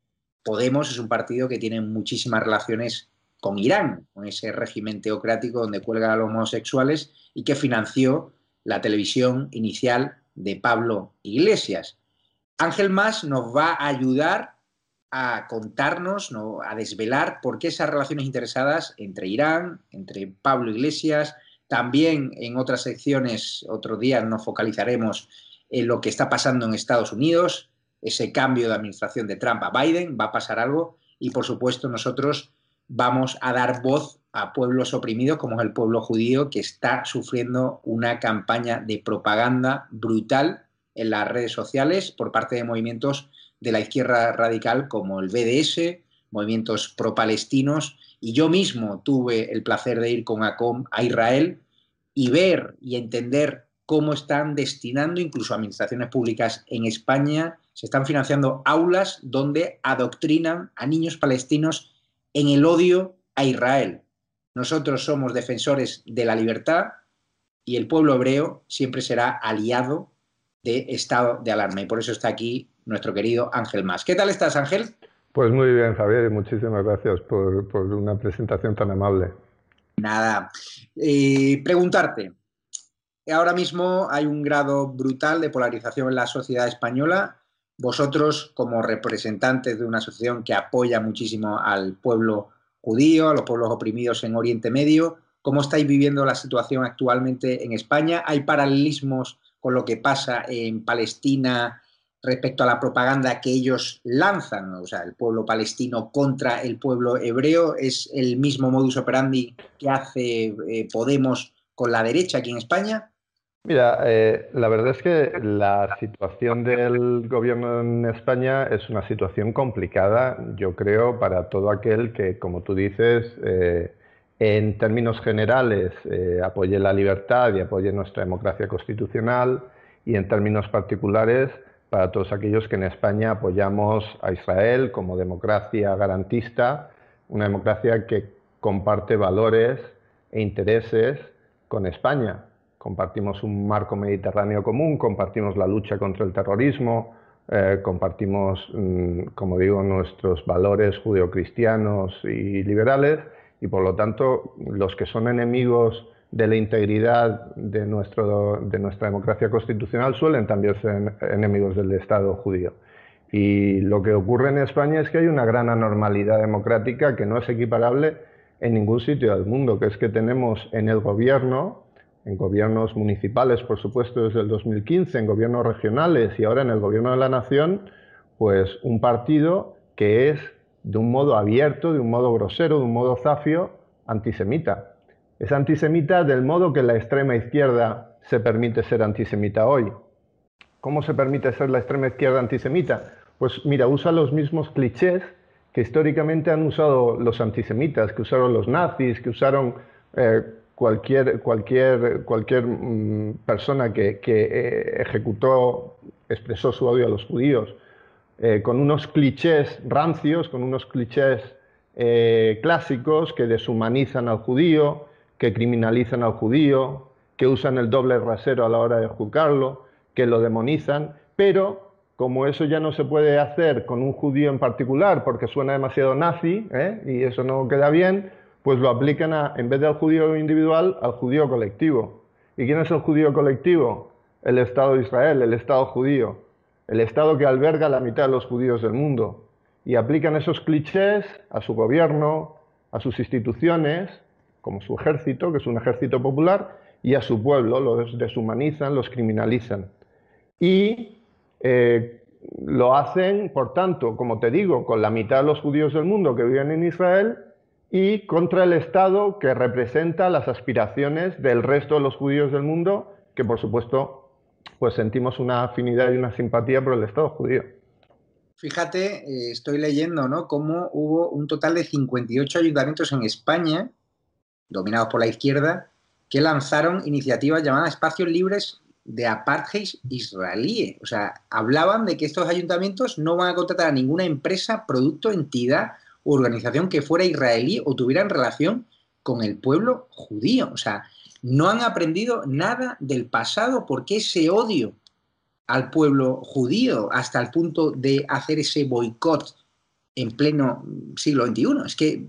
Podemos es un partido que tiene muchísimas relaciones con Irán, con ese régimen teocrático donde cuelgan a los homosexuales y que financió la televisión inicial de Pablo Iglesias. Ángel Mas nos va a ayudar a contarnos, ¿no?, a desvelar por qué esas relaciones interesadas entre Irán, entre Pablo Iglesias, también en otras secciones, otros días nos focalizaremos en lo que está pasando en Estados Unidos, ese cambio de administración de Trump a Biden, va a pasar algo y, por supuesto, nosotros vamos a dar voz a pueblos oprimidos como es el pueblo judío, que está sufriendo una campaña de propaganda brutal en las redes sociales por parte de movimientos de la izquierda radical como el B D S, movimientos pro-palestinos, y yo mismo tuve el placer de ir con ACOM a Israel y ver y entender cómo están destinando incluso administraciones públicas en España, se están financiando aulas donde adoctrinan a niños palestinos en el odio a Israel. Nosotros somos defensores de la libertad y el pueblo hebreo siempre será aliado de estado de alarma y por eso está aquí nuestro querido Ángel Mas. ¿Qué tal estás, Ángel? Pues muy bien, Javier, y muchísimas gracias por, por una presentación tan amable. Nada. Eh, preguntarte, ahora mismo hay un grado brutal de polarización en la sociedad española. Vosotros, como representantes de una asociación que apoya muchísimo al pueblo judío, a los pueblos oprimidos en Oriente Medio, ¿cómo estáis viviendo la situación actualmente en España? ¿Hay paralelismos con lo que pasa en Palestina respecto a la propaganda que ellos lanzan? O sea, el pueblo palestino contra el pueblo hebreo, ¿es el mismo modus operandi que hace eh, Podemos con la derecha aquí en España? Mira, eh, la verdad es que la situación del gobierno en España es una situación complicada, yo creo, para todo aquel que, como tú dices, eh, en términos generales eh, apoye la libertad y apoye nuestra democracia constitucional, y en términos particulares para todos aquellos que en España apoyamos a Israel como democracia garantista, una democracia que comparte valores e intereses con España. Compartimos un marco mediterráneo común, compartimos la lucha contra el terrorismo, eh, compartimos, mmm, como digo, nuestros valores judeocristianos y liberales, y por lo tanto los que son enemigos de la integridad de, nuestro, de nuestra democracia constitucional suelen también ser enemigos del Estado judío. Y lo que ocurre en España es que hay una gran anormalidad democrática que no es equiparable en ningún sitio del mundo, que es que tenemos en el gobierno, en gobiernos municipales, por supuesto, desde el dos mil quince, en gobiernos regionales y ahora en el gobierno de la nación, pues un partido que es de un modo abierto, de un modo grosero, de un modo zafio, antisemita. Es antisemita del modo que la extrema izquierda se permite ser antisemita hoy. ¿Cómo se permite ser la extrema izquierda antisemita? Pues mira, usa los mismos clichés que históricamente han usado los antisemitas, que usaron los nazis, que usaron eh, cualquier, cualquier, cualquier mmm, persona que, que eh, ejecutó, expresó su odio a los judíos, eh, con unos clichés rancios, con unos clichés eh, clásicos que deshumanizan al judío, que criminalizan al judío, que usan el doble rasero a la hora de juzgarlo, que lo demonizan, pero como eso ya no se puede hacer con un judío en particular porque suena demasiado nazi, ¿eh? y eso no queda bien, pues lo aplican a, en vez del judío individual, al judío colectivo. ¿Y quién es el judío colectivo? El Estado de Israel, el Estado judío, el Estado que alberga la mitad de los judíos del mundo. Y aplican esos clichés a su gobierno, a sus instituciones, como su ejército, que es un ejército popular, y a su pueblo, los deshumanizan, los criminalizan. Y eh, lo hacen, por tanto, como te digo, con la mitad de los judíos del mundo que viven en Israel y contra el Estado que representa las aspiraciones del resto de los judíos del mundo, que por supuesto pues sentimos una afinidad y una simpatía por el Estado judío. Fíjate, eh, estoy leyendo, ¿no?, cómo hubo un total de cincuenta y ocho ayuntamientos en España, dominados por la izquierda, que lanzaron iniciativas llamadas espacios libres de apartheid israelí. O sea, hablaban de que estos ayuntamientos no van a contratar a ninguna empresa, producto, entidad u organización que fuera israelí o tuvieran relación con el pueblo judío. O sea, no han aprendido nada del pasado. ¿Por qué ese odio al pueblo judío hasta el punto de hacer ese boicot en pleno siglo veintiuno. Es que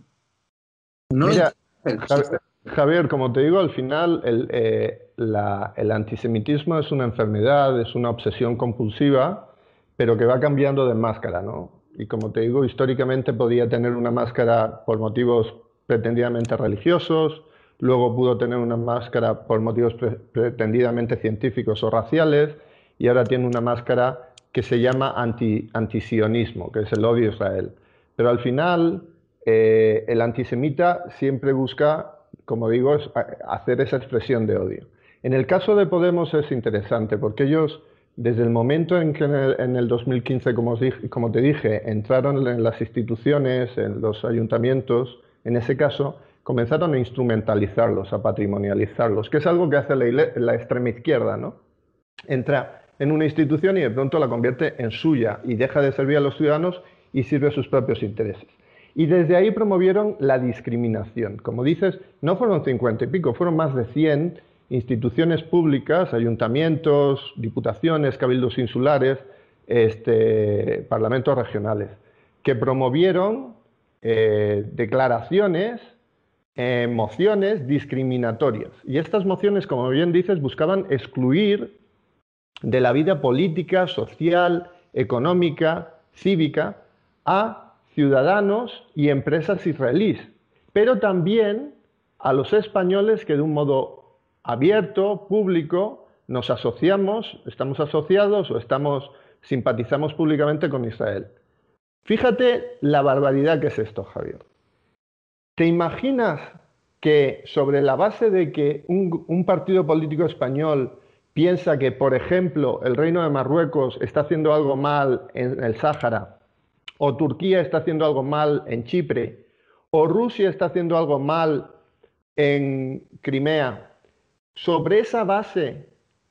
no Mira, lo Javier, Javier, como te digo, al final el, eh, la, el antisemitismo es una enfermedad, es una obsesión compulsiva, pero que va cambiando de máscara, ¿no? Y como te digo, históricamente podía tener una máscara por motivos pretendidamente religiosos, luego pudo tener una máscara por motivos pre pretendidamente científicos o raciales, y ahora tiene una máscara que se llama anti, antisionismo, que es el odio a Israel. Pero al final, eh, el antisemita siempre busca, como digo, es hacer esa expresión de odio. En el caso de Podemos es interesante, porque ellos, desde el momento en que en el, en el dos mil quince, como, os dije, como te dije, entraron en las instituciones, en los ayuntamientos, en ese caso, comenzaron a instrumentalizarlos, a patrimonializarlos, que es algo que hace la, la extrema izquierda, ¿no? Entra en una institución y de pronto la convierte en suya y deja de servir a los ciudadanos y sirve a sus propios intereses. Y desde ahí promovieron la discriminación. Como dices, no fueron cincuenta y pico, fueron más de cien instituciones públicas, ayuntamientos, diputaciones, cabildos insulares, este, parlamentos regionales, que promovieron eh, declaraciones, eh, mociones discriminatorias. Y estas mociones, como bien dices, buscaban excluir de la vida política, social, económica, cívica, a ciudadanos y empresas israelíes, pero también a los españoles que de un modo abierto, público, nos asociamos, estamos asociados o estamos, simpatizamos públicamente con Israel. Fíjate la barbaridad que es esto, Javier. ¿Te imaginas que sobre la base de que un, un partido político español piensa que, por ejemplo, el Reino de Marruecos está haciendo algo mal en el Sáhara, o Turquía está haciendo algo mal en Chipre, o Rusia está haciendo algo mal en Crimea, sobre esa base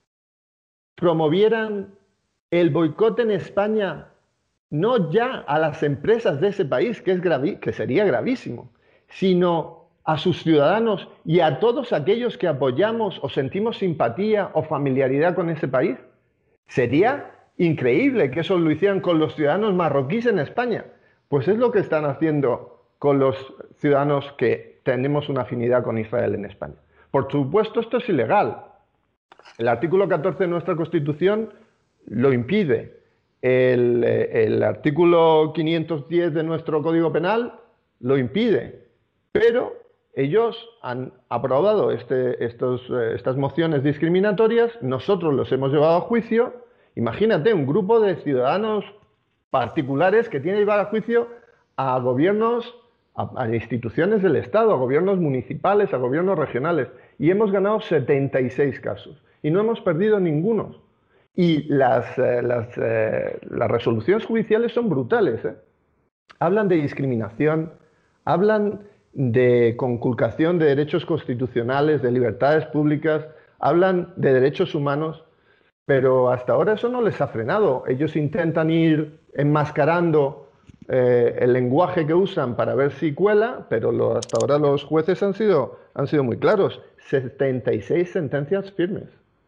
promovieran el boicot en España, no ya a las empresas de ese país, que, es gravi- que sería gravísimo, sino a sus ciudadanos y a todos aquellos que apoyamos o sentimos simpatía o familiaridad con ese país? Sería increíble que eso lo hicieran con los ciudadanos marroquíes en España. Pues es lo que están haciendo con los ciudadanos que tenemos una afinidad con Israel en España. Por supuesto, esto es ilegal. El artículo catorce de nuestra Constitución lo impide. El, el artículo quinientos diez de nuestro Código Penal lo impide. Pero ellos han aprobado este, estos, estas mociones discriminatorias, nosotros los hemos llevado a juicio. Imagínate, un grupo de ciudadanos particulares que tiene que llevar a juicio a gobiernos, a, a instituciones del Estado, a gobiernos municipales, a gobiernos regionales. Y hemos ganado setenta y seis casos. Y no hemos perdido ninguno. Y las, eh, las, eh, las resoluciones judiciales son brutales, ¿eh? Hablan de discriminación, hablan de conculcación de derechos constitucionales, de libertades públicas, hablan de derechos humanos, pero hasta ahora eso no les ha frenado. Ellos intentan ir enmascarando eh, el lenguaje que usan para ver si cuela, pero lo, hasta ahora los jueces han sido, han sido muy claros. setenta y seis sentencias firmes.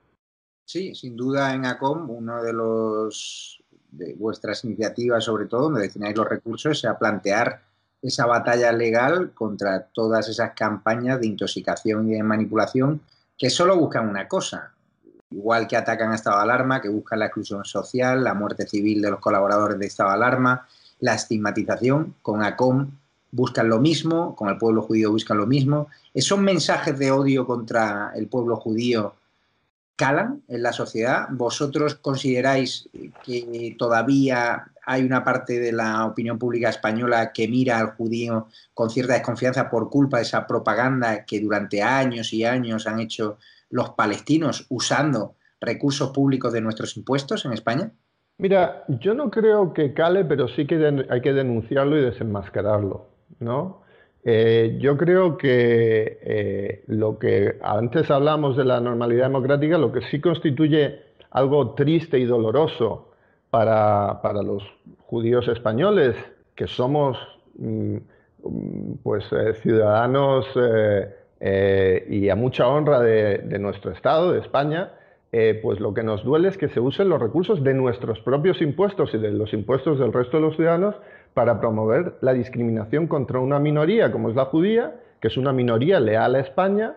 Sí, sin duda en ACOM, uno de los de vuestras iniciativas, sobre todo, donde destináis los recursos, es a plantear esa batalla legal contra todas esas campañas de intoxicación y de manipulación que solo buscan una cosa, igual que atacan a estado de alarma, que buscan la exclusión social, la muerte civil de los colaboradores de estado de alarma, la estigmatización. Con ACOM buscan lo mismo, con el pueblo judío buscan lo mismo. ¿Esos mensajes de odio contra el pueblo judío calan en la sociedad? ¿Vosotros consideráis que todavía hay una parte de la opinión pública española que mira al judío con cierta desconfianza por culpa de esa propaganda que durante años y años han hecho los palestinos usando recursos públicos de nuestros impuestos en España? Mira, yo no creo que cale, pero sí que hay que denunciarlo y desenmascararlo, ¿no? Eh, yo creo que eh, lo que antes hablamos de la normalidad democrática, lo que sí constituye algo triste y doloroso para, para los judíos españoles, que somos mm, pues eh, ciudadanos eh, eh, y a mucha honra de, de nuestro Estado, de España, eh, pues lo que nos duele es que se usen los recursos de nuestros propios impuestos y de los impuestos del resto de los ciudadanos para promover la discriminación contra una minoría como es la judía, que es una minoría leal a España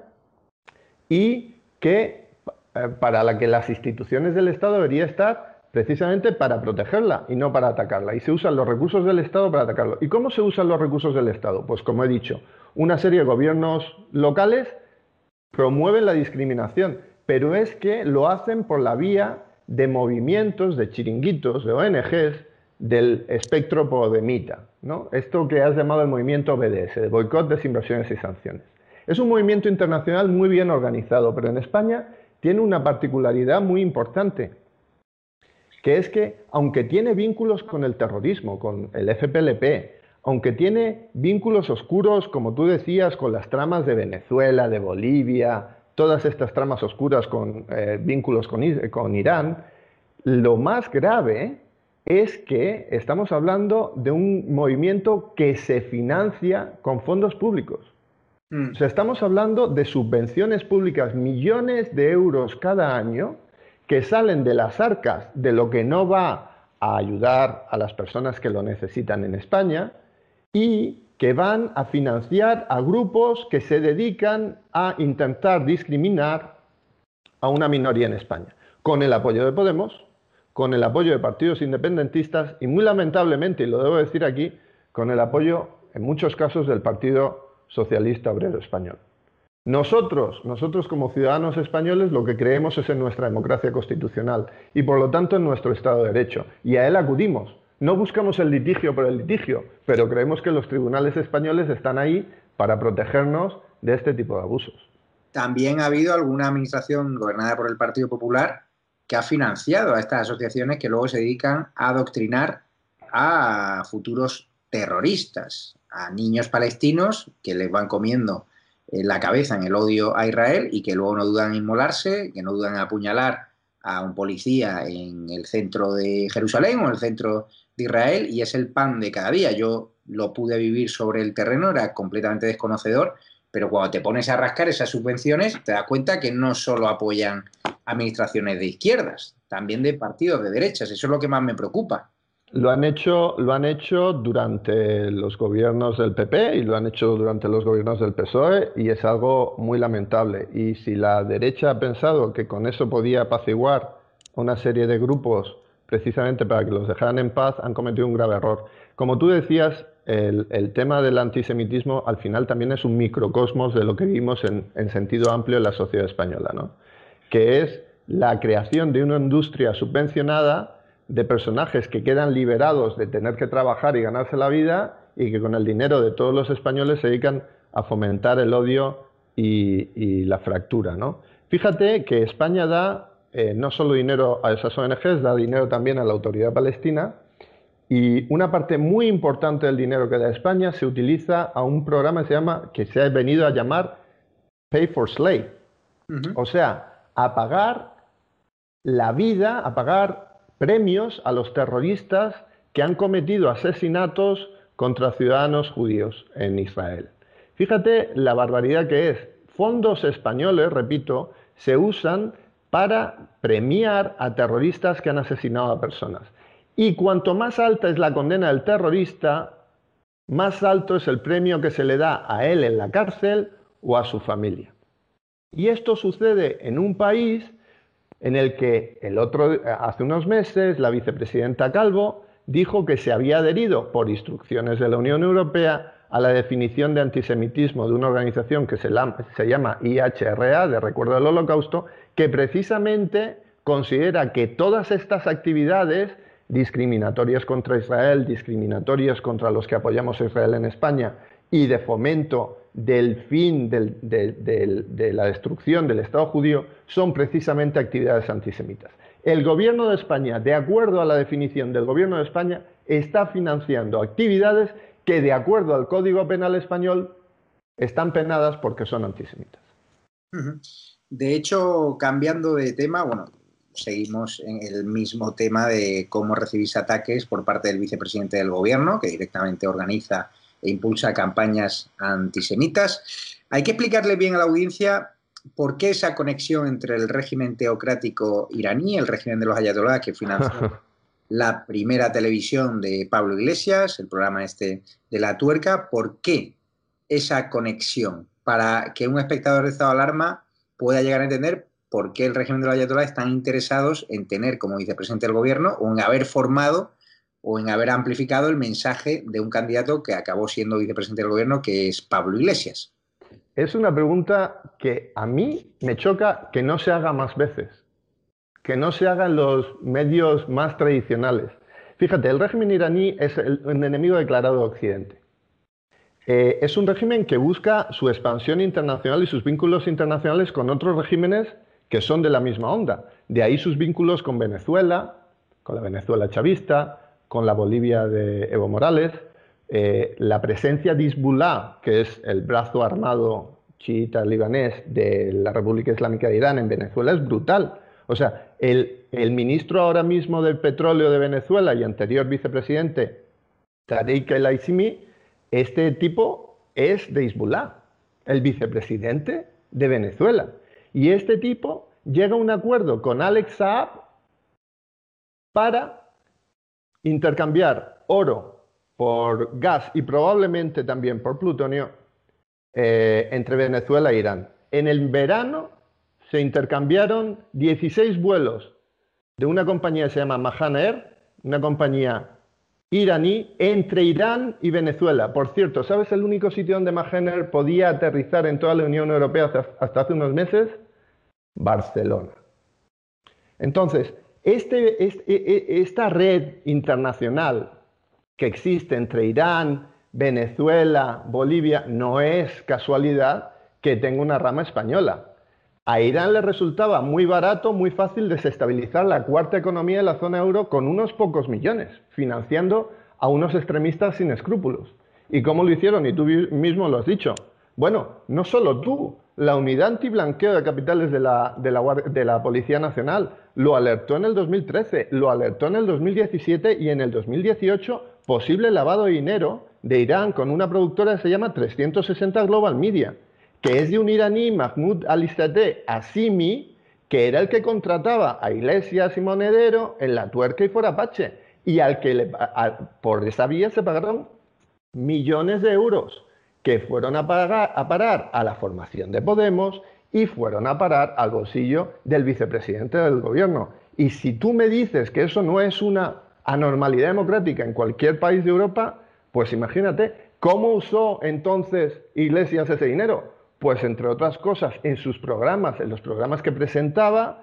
y que eh, para la que las instituciones del Estado debería estar precisamente para protegerla y no para atacarla. Y se usan los recursos del Estado para atacarlo. ¿Y cómo se usan los recursos del Estado? Pues como he dicho, una serie de gobiernos locales promueven la discriminación, pero es que lo hacen por la vía de movimientos, de chiringuitos, de O N Ges, del espectro podemita, ¿no? Esto que has llamado el movimiento B D S, de boicot, desinversiones y sanciones. Es un movimiento internacional muy bien organizado, pero en España tiene una particularidad muy importante, que es que, aunque tiene vínculos con el terrorismo, con el F P L P, aunque tiene vínculos oscuros, como tú decías, con las tramas de Venezuela, de Bolivia, todas estas tramas oscuras con eh, vínculos con, con Irán, lo más grave es que estamos hablando de un movimiento que se financia con fondos públicos. Mm. O sea, estamos hablando de subvenciones públicas, millones de euros cada año, que salen de las arcas de lo que no va a ayudar a las personas que lo necesitan en España y que van a financiar a grupos que se dedican a intentar discriminar a una minoría en España, con el apoyo de Podemos, con el apoyo de partidos independentistas y, muy lamentablemente, y lo debo decir aquí, con el apoyo, en muchos casos, del Partido Socialista Obrero Español. Nosotros, nosotros como ciudadanos españoles, lo que creemos es en nuestra democracia constitucional y, por lo tanto, en nuestro Estado de Derecho. Y a él acudimos. No buscamos el litigio por el litigio, pero creemos que los tribunales españoles están ahí para protegernos de este tipo de abusos. También ha habido alguna administración gobernada por el Partido Popular que ha financiado a estas asociaciones que luego se dedican a adoctrinar a futuros terroristas, a niños palestinos que les van comiendo la cabeza en el odio a Israel y que luego no dudan en inmolarse, que no dudan en apuñalar a un policía en el centro de Jerusalén o en el centro de Israel, y es el pan de cada día. Yo lo pude vivir sobre el terreno, era completamente desconocedor, pero cuando te pones a rascar esas subvenciones te das cuenta que no solo apoyan administraciones de izquierdas, también de partidos de derechas. Eso es lo que más me preocupa. Lo han hecho, lo han hecho durante los gobiernos del P P y lo han hecho durante los gobiernos del P S O E y es algo muy lamentable. Y si la derecha ha pensado que con eso podía apaciguar a una serie de grupos precisamente para que los dejaran en paz, han cometido un grave error. Como tú decías, el, el tema del antisemitismo al final también es un microcosmos de lo que vivimos en, en sentido amplio en la sociedad española, ¿no? Que es la creación de una industria subvencionada de personajes que quedan liberados de tener que trabajar y ganarse la vida y que con el dinero de todos los españoles se dedican a fomentar el odio y, y la fractura, ¿no? Fíjate que España da eh, no solo dinero a esas O N Ges, da dinero también a la Autoridad Palestina y una parte muy importante del dinero que da España se utiliza a un programa que se llama, que se ha venido a llamar Pay for Slay. Uh-huh. O sea, a pagar la vida, a pagar premios a los terroristas que han cometido asesinatos contra ciudadanos judíos en Israel. Fíjate la barbaridad que es. Fondos españoles, repito, se usan para premiar a terroristas que han asesinado a personas. Y cuanto más alta es la condena del terrorista, más alto es el premio que se le da a él en la cárcel o a su familia. Y esto sucede en un país en el que el otro, hace unos meses la vicepresidenta Calvo dijo que se había adherido por instrucciones de la Unión Europea a la definición de antisemitismo de una organización que se, la, se llama I H R A, de Recuerdo del Holocausto, que precisamente considera que todas estas actividades discriminatorias contra Israel, discriminatorias contra los que apoyamos a Israel en España y de fomento del fin del, de, de, de la destrucción del Estado judío son precisamente actividades antisemitas. El Gobierno de España, de acuerdo a la definición del Gobierno de España, está financiando actividades que, de acuerdo al Código Penal español, están penadas porque son antisemitas. De hecho, cambiando de tema, bueno, seguimos en el mismo tema de cómo recibirse ataques por parte del vicepresidente del Gobierno, que directamente organiza e impulsa campañas antisemitas. Hay que explicarle bien a la audiencia por qué esa conexión entre el régimen teocrático iraní, el régimen de los ayatolás que financió la primera televisión de Pablo Iglesias, el programa este de La Tuerca. ¿Por qué esa conexión? Para que un espectador de estado de alarma pueda llegar a entender por qué el régimen de los ayatolás están interesados en tener como vicepresidente del gobierno o en haber formado o en haber amplificado el mensaje de un candidato que acabó siendo vicepresidente del gobierno, que es Pablo Iglesias. Es una pregunta que a mí me choca que no se haga más veces, que no se haga en los medios más tradicionales. Fíjate, el régimen iraní es el, el enemigo declarado de Occidente. Eh, es un régimen que busca su expansión internacional y sus vínculos internacionales con otros regímenes que son de la misma onda. De ahí sus vínculos con Venezuela, con la Venezuela chavista, con la Bolivia de Evo Morales. Eh, la presencia de Hezbollah, que es el brazo armado chiita libanés de la República Islámica de Irán en Venezuela, es brutal. O sea, el, el ministro ahora mismo del petróleo de Venezuela y anterior vicepresidente, Tariq el-Aissimi, este tipo es de Hezbollah, el vicepresidente de Venezuela. Y este tipo llega a un acuerdo con Alex Saab para intercambiar oro por gas y probablemente también por plutonio eh, entre Venezuela e Irán. En el verano se intercambiaron dieciséis vuelos de una compañía que se llama Mahan Air, una compañía iraní, entre Irán y Venezuela. Por cierto, ¿sabes el único sitio donde Mahan Air podía aterrizar en toda la Unión Europea hasta, hasta hace unos meses? Barcelona. Entonces, este, este, esta red internacional que existe entre Irán, Venezuela, Bolivia, no es casualidad que tenga una rama española. A Irán le resultaba muy barato, muy fácil desestabilizar la cuarta economía de la zona euro con unos pocos millones, financiando a unos extremistas sin escrúpulos. ¿Y cómo lo hicieron? Y tú mismo lo has dicho. Bueno, no solo tú, la Unidad Antiblanqueo de Capitales de la, de la, de la Policía Nacional lo alertó en el dos mil trece, lo alertó en el dos mil diecisiete y en el dos mil dieciocho posible lavado de dinero de Irán con una productora que se llama trescientos sesenta Global Media, que es de un iraní, Mahmoud Alizadeh Assimi, que era el que contrataba a Iglesias y Monedero en La Tuerca y Forapache, y al que le, a, por esa vía se pagaron millones de euros que fueron a, pagar, a parar a la formación de Podemos y fueron a parar al bolsillo del vicepresidente del gobierno. Y si tú me dices que eso no es una anormalidad democrática en cualquier país de Europa, pues imagínate, ¿cómo usó entonces Iglesias ese dinero? Pues entre otras cosas, en sus programas, en los programas que presentaba,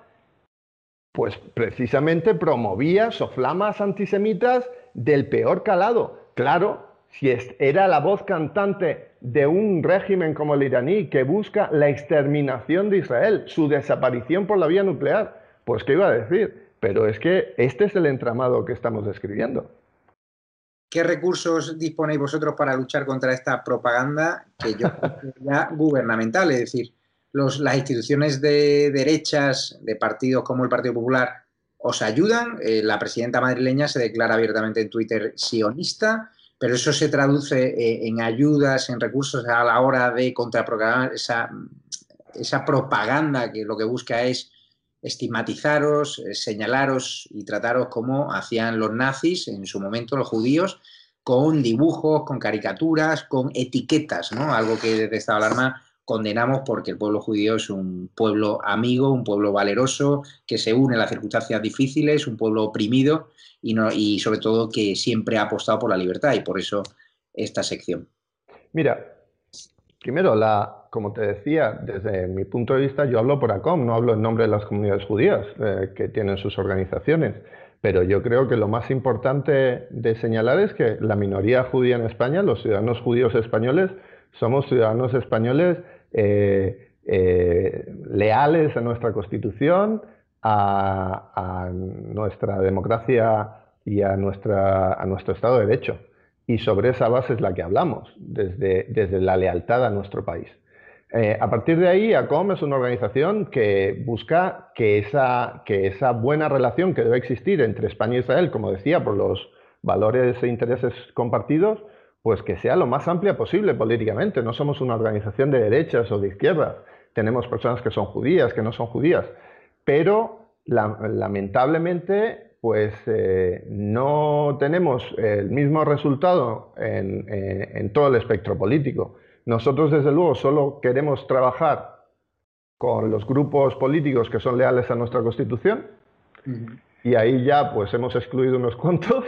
pues precisamente promovía soflamas antisemitas del peor calado. Claro, si era la voz cantante de un régimen como el iraní que busca la exterminación de Israel, su desaparición por la vía nuclear, pues qué iba a decir. Pero es que este es el entramado que estamos describiendo. ¿Qué recursos disponéis vosotros para luchar contra esta propaganda que yo creo ya gubernamental? Es decir, los, las instituciones de derechas, de partidos como el Partido Popular, os ayudan. Eh, la presidenta madrileña se declara abiertamente en Twitter sionista, pero eso se traduce eh, en ayudas, en recursos a la hora de contraprogramar esa, esa propaganda que lo que busca es estigmatizaros, eh, señalaros y trataros como hacían los nazis en su momento, los judíos, con dibujos, con caricaturas, con etiquetas, ¿no? Algo que desde Estado de Alarma condenamos porque el pueblo judío es un pueblo amigo, un pueblo valeroso, que se une en las circunstancias difíciles, un pueblo oprimido y, no, y sobre todo que siempre ha apostado por la libertad, y por eso esta sección. Mira, primero, la, como te decía, desde mi punto de vista, yo hablo por ACOM, no hablo en nombre de las comunidades judías eh, que tienen sus organizaciones, pero yo creo que lo más importante de señalar es que la minoría judía en España, los ciudadanos judíos españoles, somos ciudadanos españoles eh, eh, leales a nuestra Constitución, a, a nuestra democracia y a, nuestra, a nuestro Estado de Derecho. Y sobre esa base es la que hablamos, desde, desde la lealtad a nuestro país. Eh, a partir de ahí, ACOM es una organización que busca que esa, que esa buena relación que debe existir entre España e Israel, como decía, por los valores e intereses compartidos, pues que sea lo más amplia posible políticamente. No somos una organización de derechas o de izquierdas. Tenemos personas que son judías, que no son judías. Pero la, lamentablemente pues eh, no tenemos el mismo resultado en, en, en todo el espectro político. Nosotros, desde luego, solo queremos trabajar con los grupos políticos que son leales a nuestra Constitución, uh-huh. y ahí ya pues hemos excluido unos cuantos,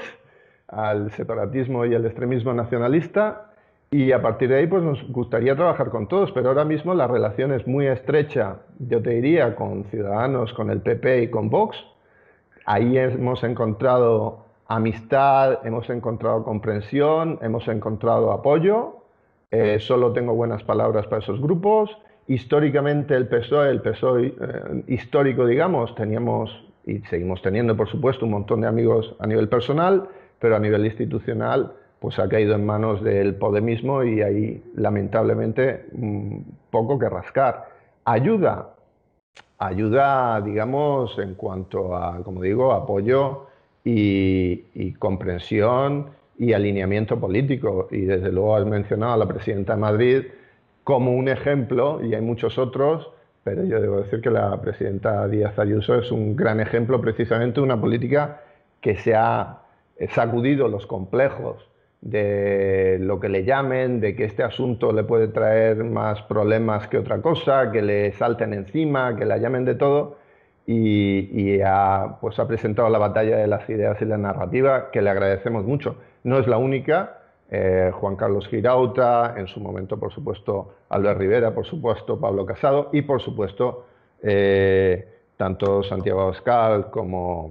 al separatismo y al extremismo nacionalista, y a partir de ahí pues nos gustaría trabajar con todos, pero ahora mismo la relación es muy estrecha, yo te diría, con Ciudadanos, con el P P y con Vox. Ahí hemos encontrado amistad, hemos encontrado comprensión, hemos encontrado apoyo. Eh, solo tengo buenas palabras para esos grupos. Históricamente el P S O E, el P S O E eh, histórico, digamos, teníamos y seguimos teniendo, por supuesto, un montón de amigos a nivel personal, pero a nivel institucional pues ha caído en manos del podemismo y hay, lamentablemente, mmm, poco que rascar. Ayuda, ayuda, digamos, en cuanto a, como digo, apoyo y, y comprensión y alineamiento político. Y desde luego has mencionado a la presidenta de Madrid como un ejemplo, y hay muchos otros, pero yo debo decir que la presidenta Díaz Ayuso es un gran ejemplo precisamente de una política que se ha sacudido los complejos de lo que le llamen, de que este asunto le puede traer más problemas que otra cosa, que le salten encima, que la llamen de todo, y, y ha, pues ha presentado la batalla de las ideas y la narrativa, que le agradecemos mucho. No es la única. Eh, Juan Carlos Girauta, en su momento, por supuesto, Albert Rivera, por supuesto, Pablo Casado y, por supuesto, eh, tanto Santiago Abascal como,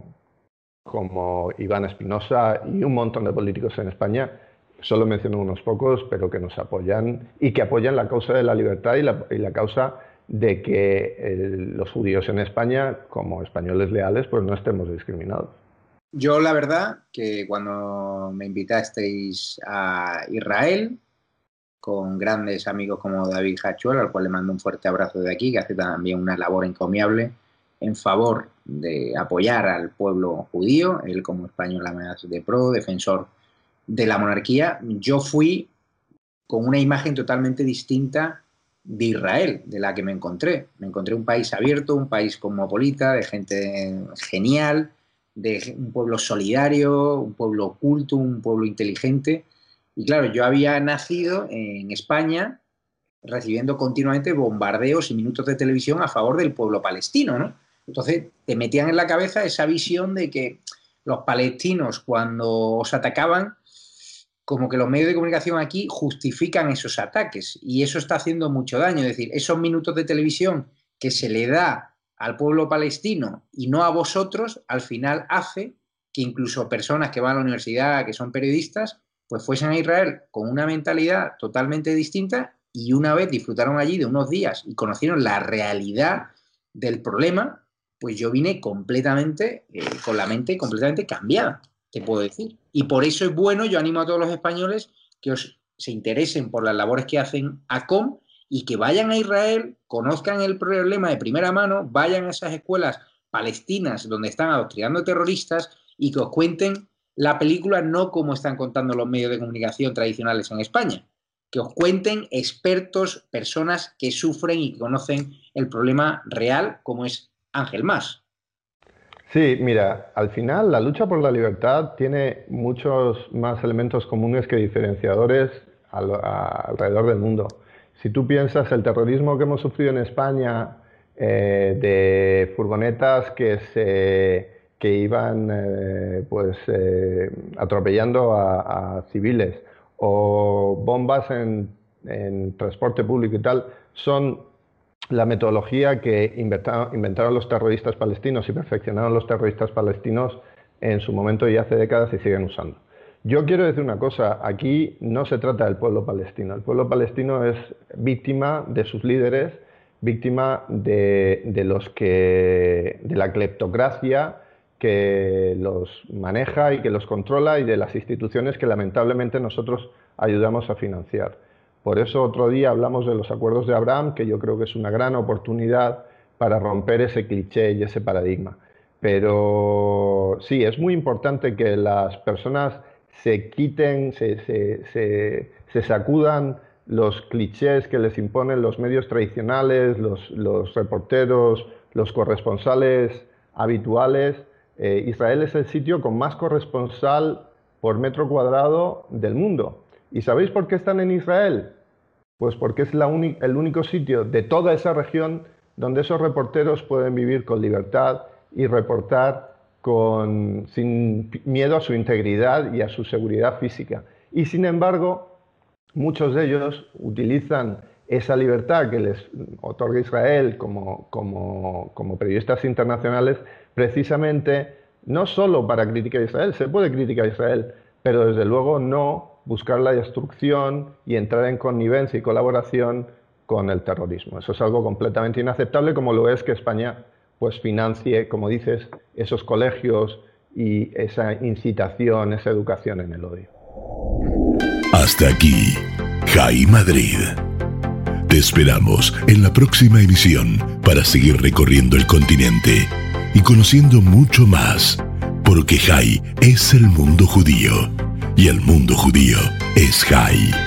como Iván Espinosa y un montón de políticos en España, solo menciono unos pocos, pero que nos apoyan y que apoyan la causa de la libertad y la, y la causa de que eh, los judíos en España, como españoles leales, pues no estemos discriminados. Yo, la verdad, que cuando me invitasteis a Israel, con grandes amigos como David Hachuel, al cual le mando un fuerte abrazo de aquí, que hace también una labor encomiable en favor de apoyar al pueblo judío, él como español además de pro, defensor de la monarquía, yo fui con una imagen totalmente distinta de Israel, de la que me encontré. Me encontré un país abierto, un país cosmopolita, de gente genial, de un pueblo solidario, un pueblo culto, un pueblo inteligente. Y claro, yo había nacido en España recibiendo continuamente bombardeos y minutos de televisión a favor del pueblo palestino, ¿no? Entonces te metían en la cabeza esa visión de que los palestinos, cuando os atacaban, como que los medios de comunicación aquí justifican esos ataques, y eso está haciendo mucho daño. Es decir, esos minutos de televisión que se le da al pueblo palestino y no a vosotros, al final hace que incluso personas que van a la universidad, que son periodistas, pues fuesen a Israel con una mentalidad totalmente distinta, y una vez disfrutaron allí de unos días y conocieron la realidad del problema, pues yo vine completamente, eh, con la mente completamente cambiada, te puedo decir. Y por eso es bueno, yo animo a todos los españoles que os, se interesen por las labores que hacen A C O M, y que vayan a Israel, conozcan el problema de primera mano, vayan a esas escuelas palestinas donde están adoctrinando terroristas, y que os cuenten la película no como están contando los medios de comunicación tradicionales en España, que os cuenten expertos, personas que sufren y que conocen el problema real, como es Ángel Mas. Sí, mira, al final la lucha por la libertad tiene muchos más elementos comunes que diferenciadores al, a, alrededor del mundo. Si tú piensas el terrorismo que hemos sufrido en España, eh, de furgonetas que, se, que iban eh, pues, eh, atropellando a, a civiles, o bombas en, en transporte público y tal, son la metodología que inventaron, inventaron los terroristas palestinos y perfeccionaron los terroristas palestinos en su momento y hace décadas, y siguen usando. Yo quiero decir una cosa, aquí no se trata del pueblo palestino. El pueblo palestino es víctima de sus líderes, víctima de, de, los que, de la cleptocracia que los maneja y que los controla, y de las instituciones que lamentablemente nosotros ayudamos a financiar. Por eso otro día hablamos de los acuerdos de Abraham, que yo creo que es una gran oportunidad para romper ese cliché y ese paradigma. Pero sí, es muy importante que las personas se quiten, se, se, se, se sacudan los clichés que les imponen los medios tradicionales, los, los reporteros, los corresponsales habituales, eh, Israel es el sitio con más corresponsal por metro cuadrado del mundo. ¿Y sabéis por qué están en Israel? Pues porque es la el único sitio de toda esa región donde esos reporteros pueden vivir con libertad y reportar con, sin miedo a su integridad y a su seguridad física. Y sin embargo, muchos de ellos utilizan esa libertad que les otorga Israel como, como, como periodistas internacionales precisamente no solo para criticar a Israel, se puede criticar a Israel, pero desde luego no buscar la destrucción y entrar en connivencia y colaboración con el terrorismo. Eso es algo completamente inaceptable, como lo es que España pues financie, como dices, esos colegios y esa incitación, esa educación en el odio. Hasta aquí, Jai Madrid. Te esperamos en la próxima emisión para seguir recorriendo el continente y conociendo mucho más, porque Jai es el mundo judío y el mundo judío es Jai.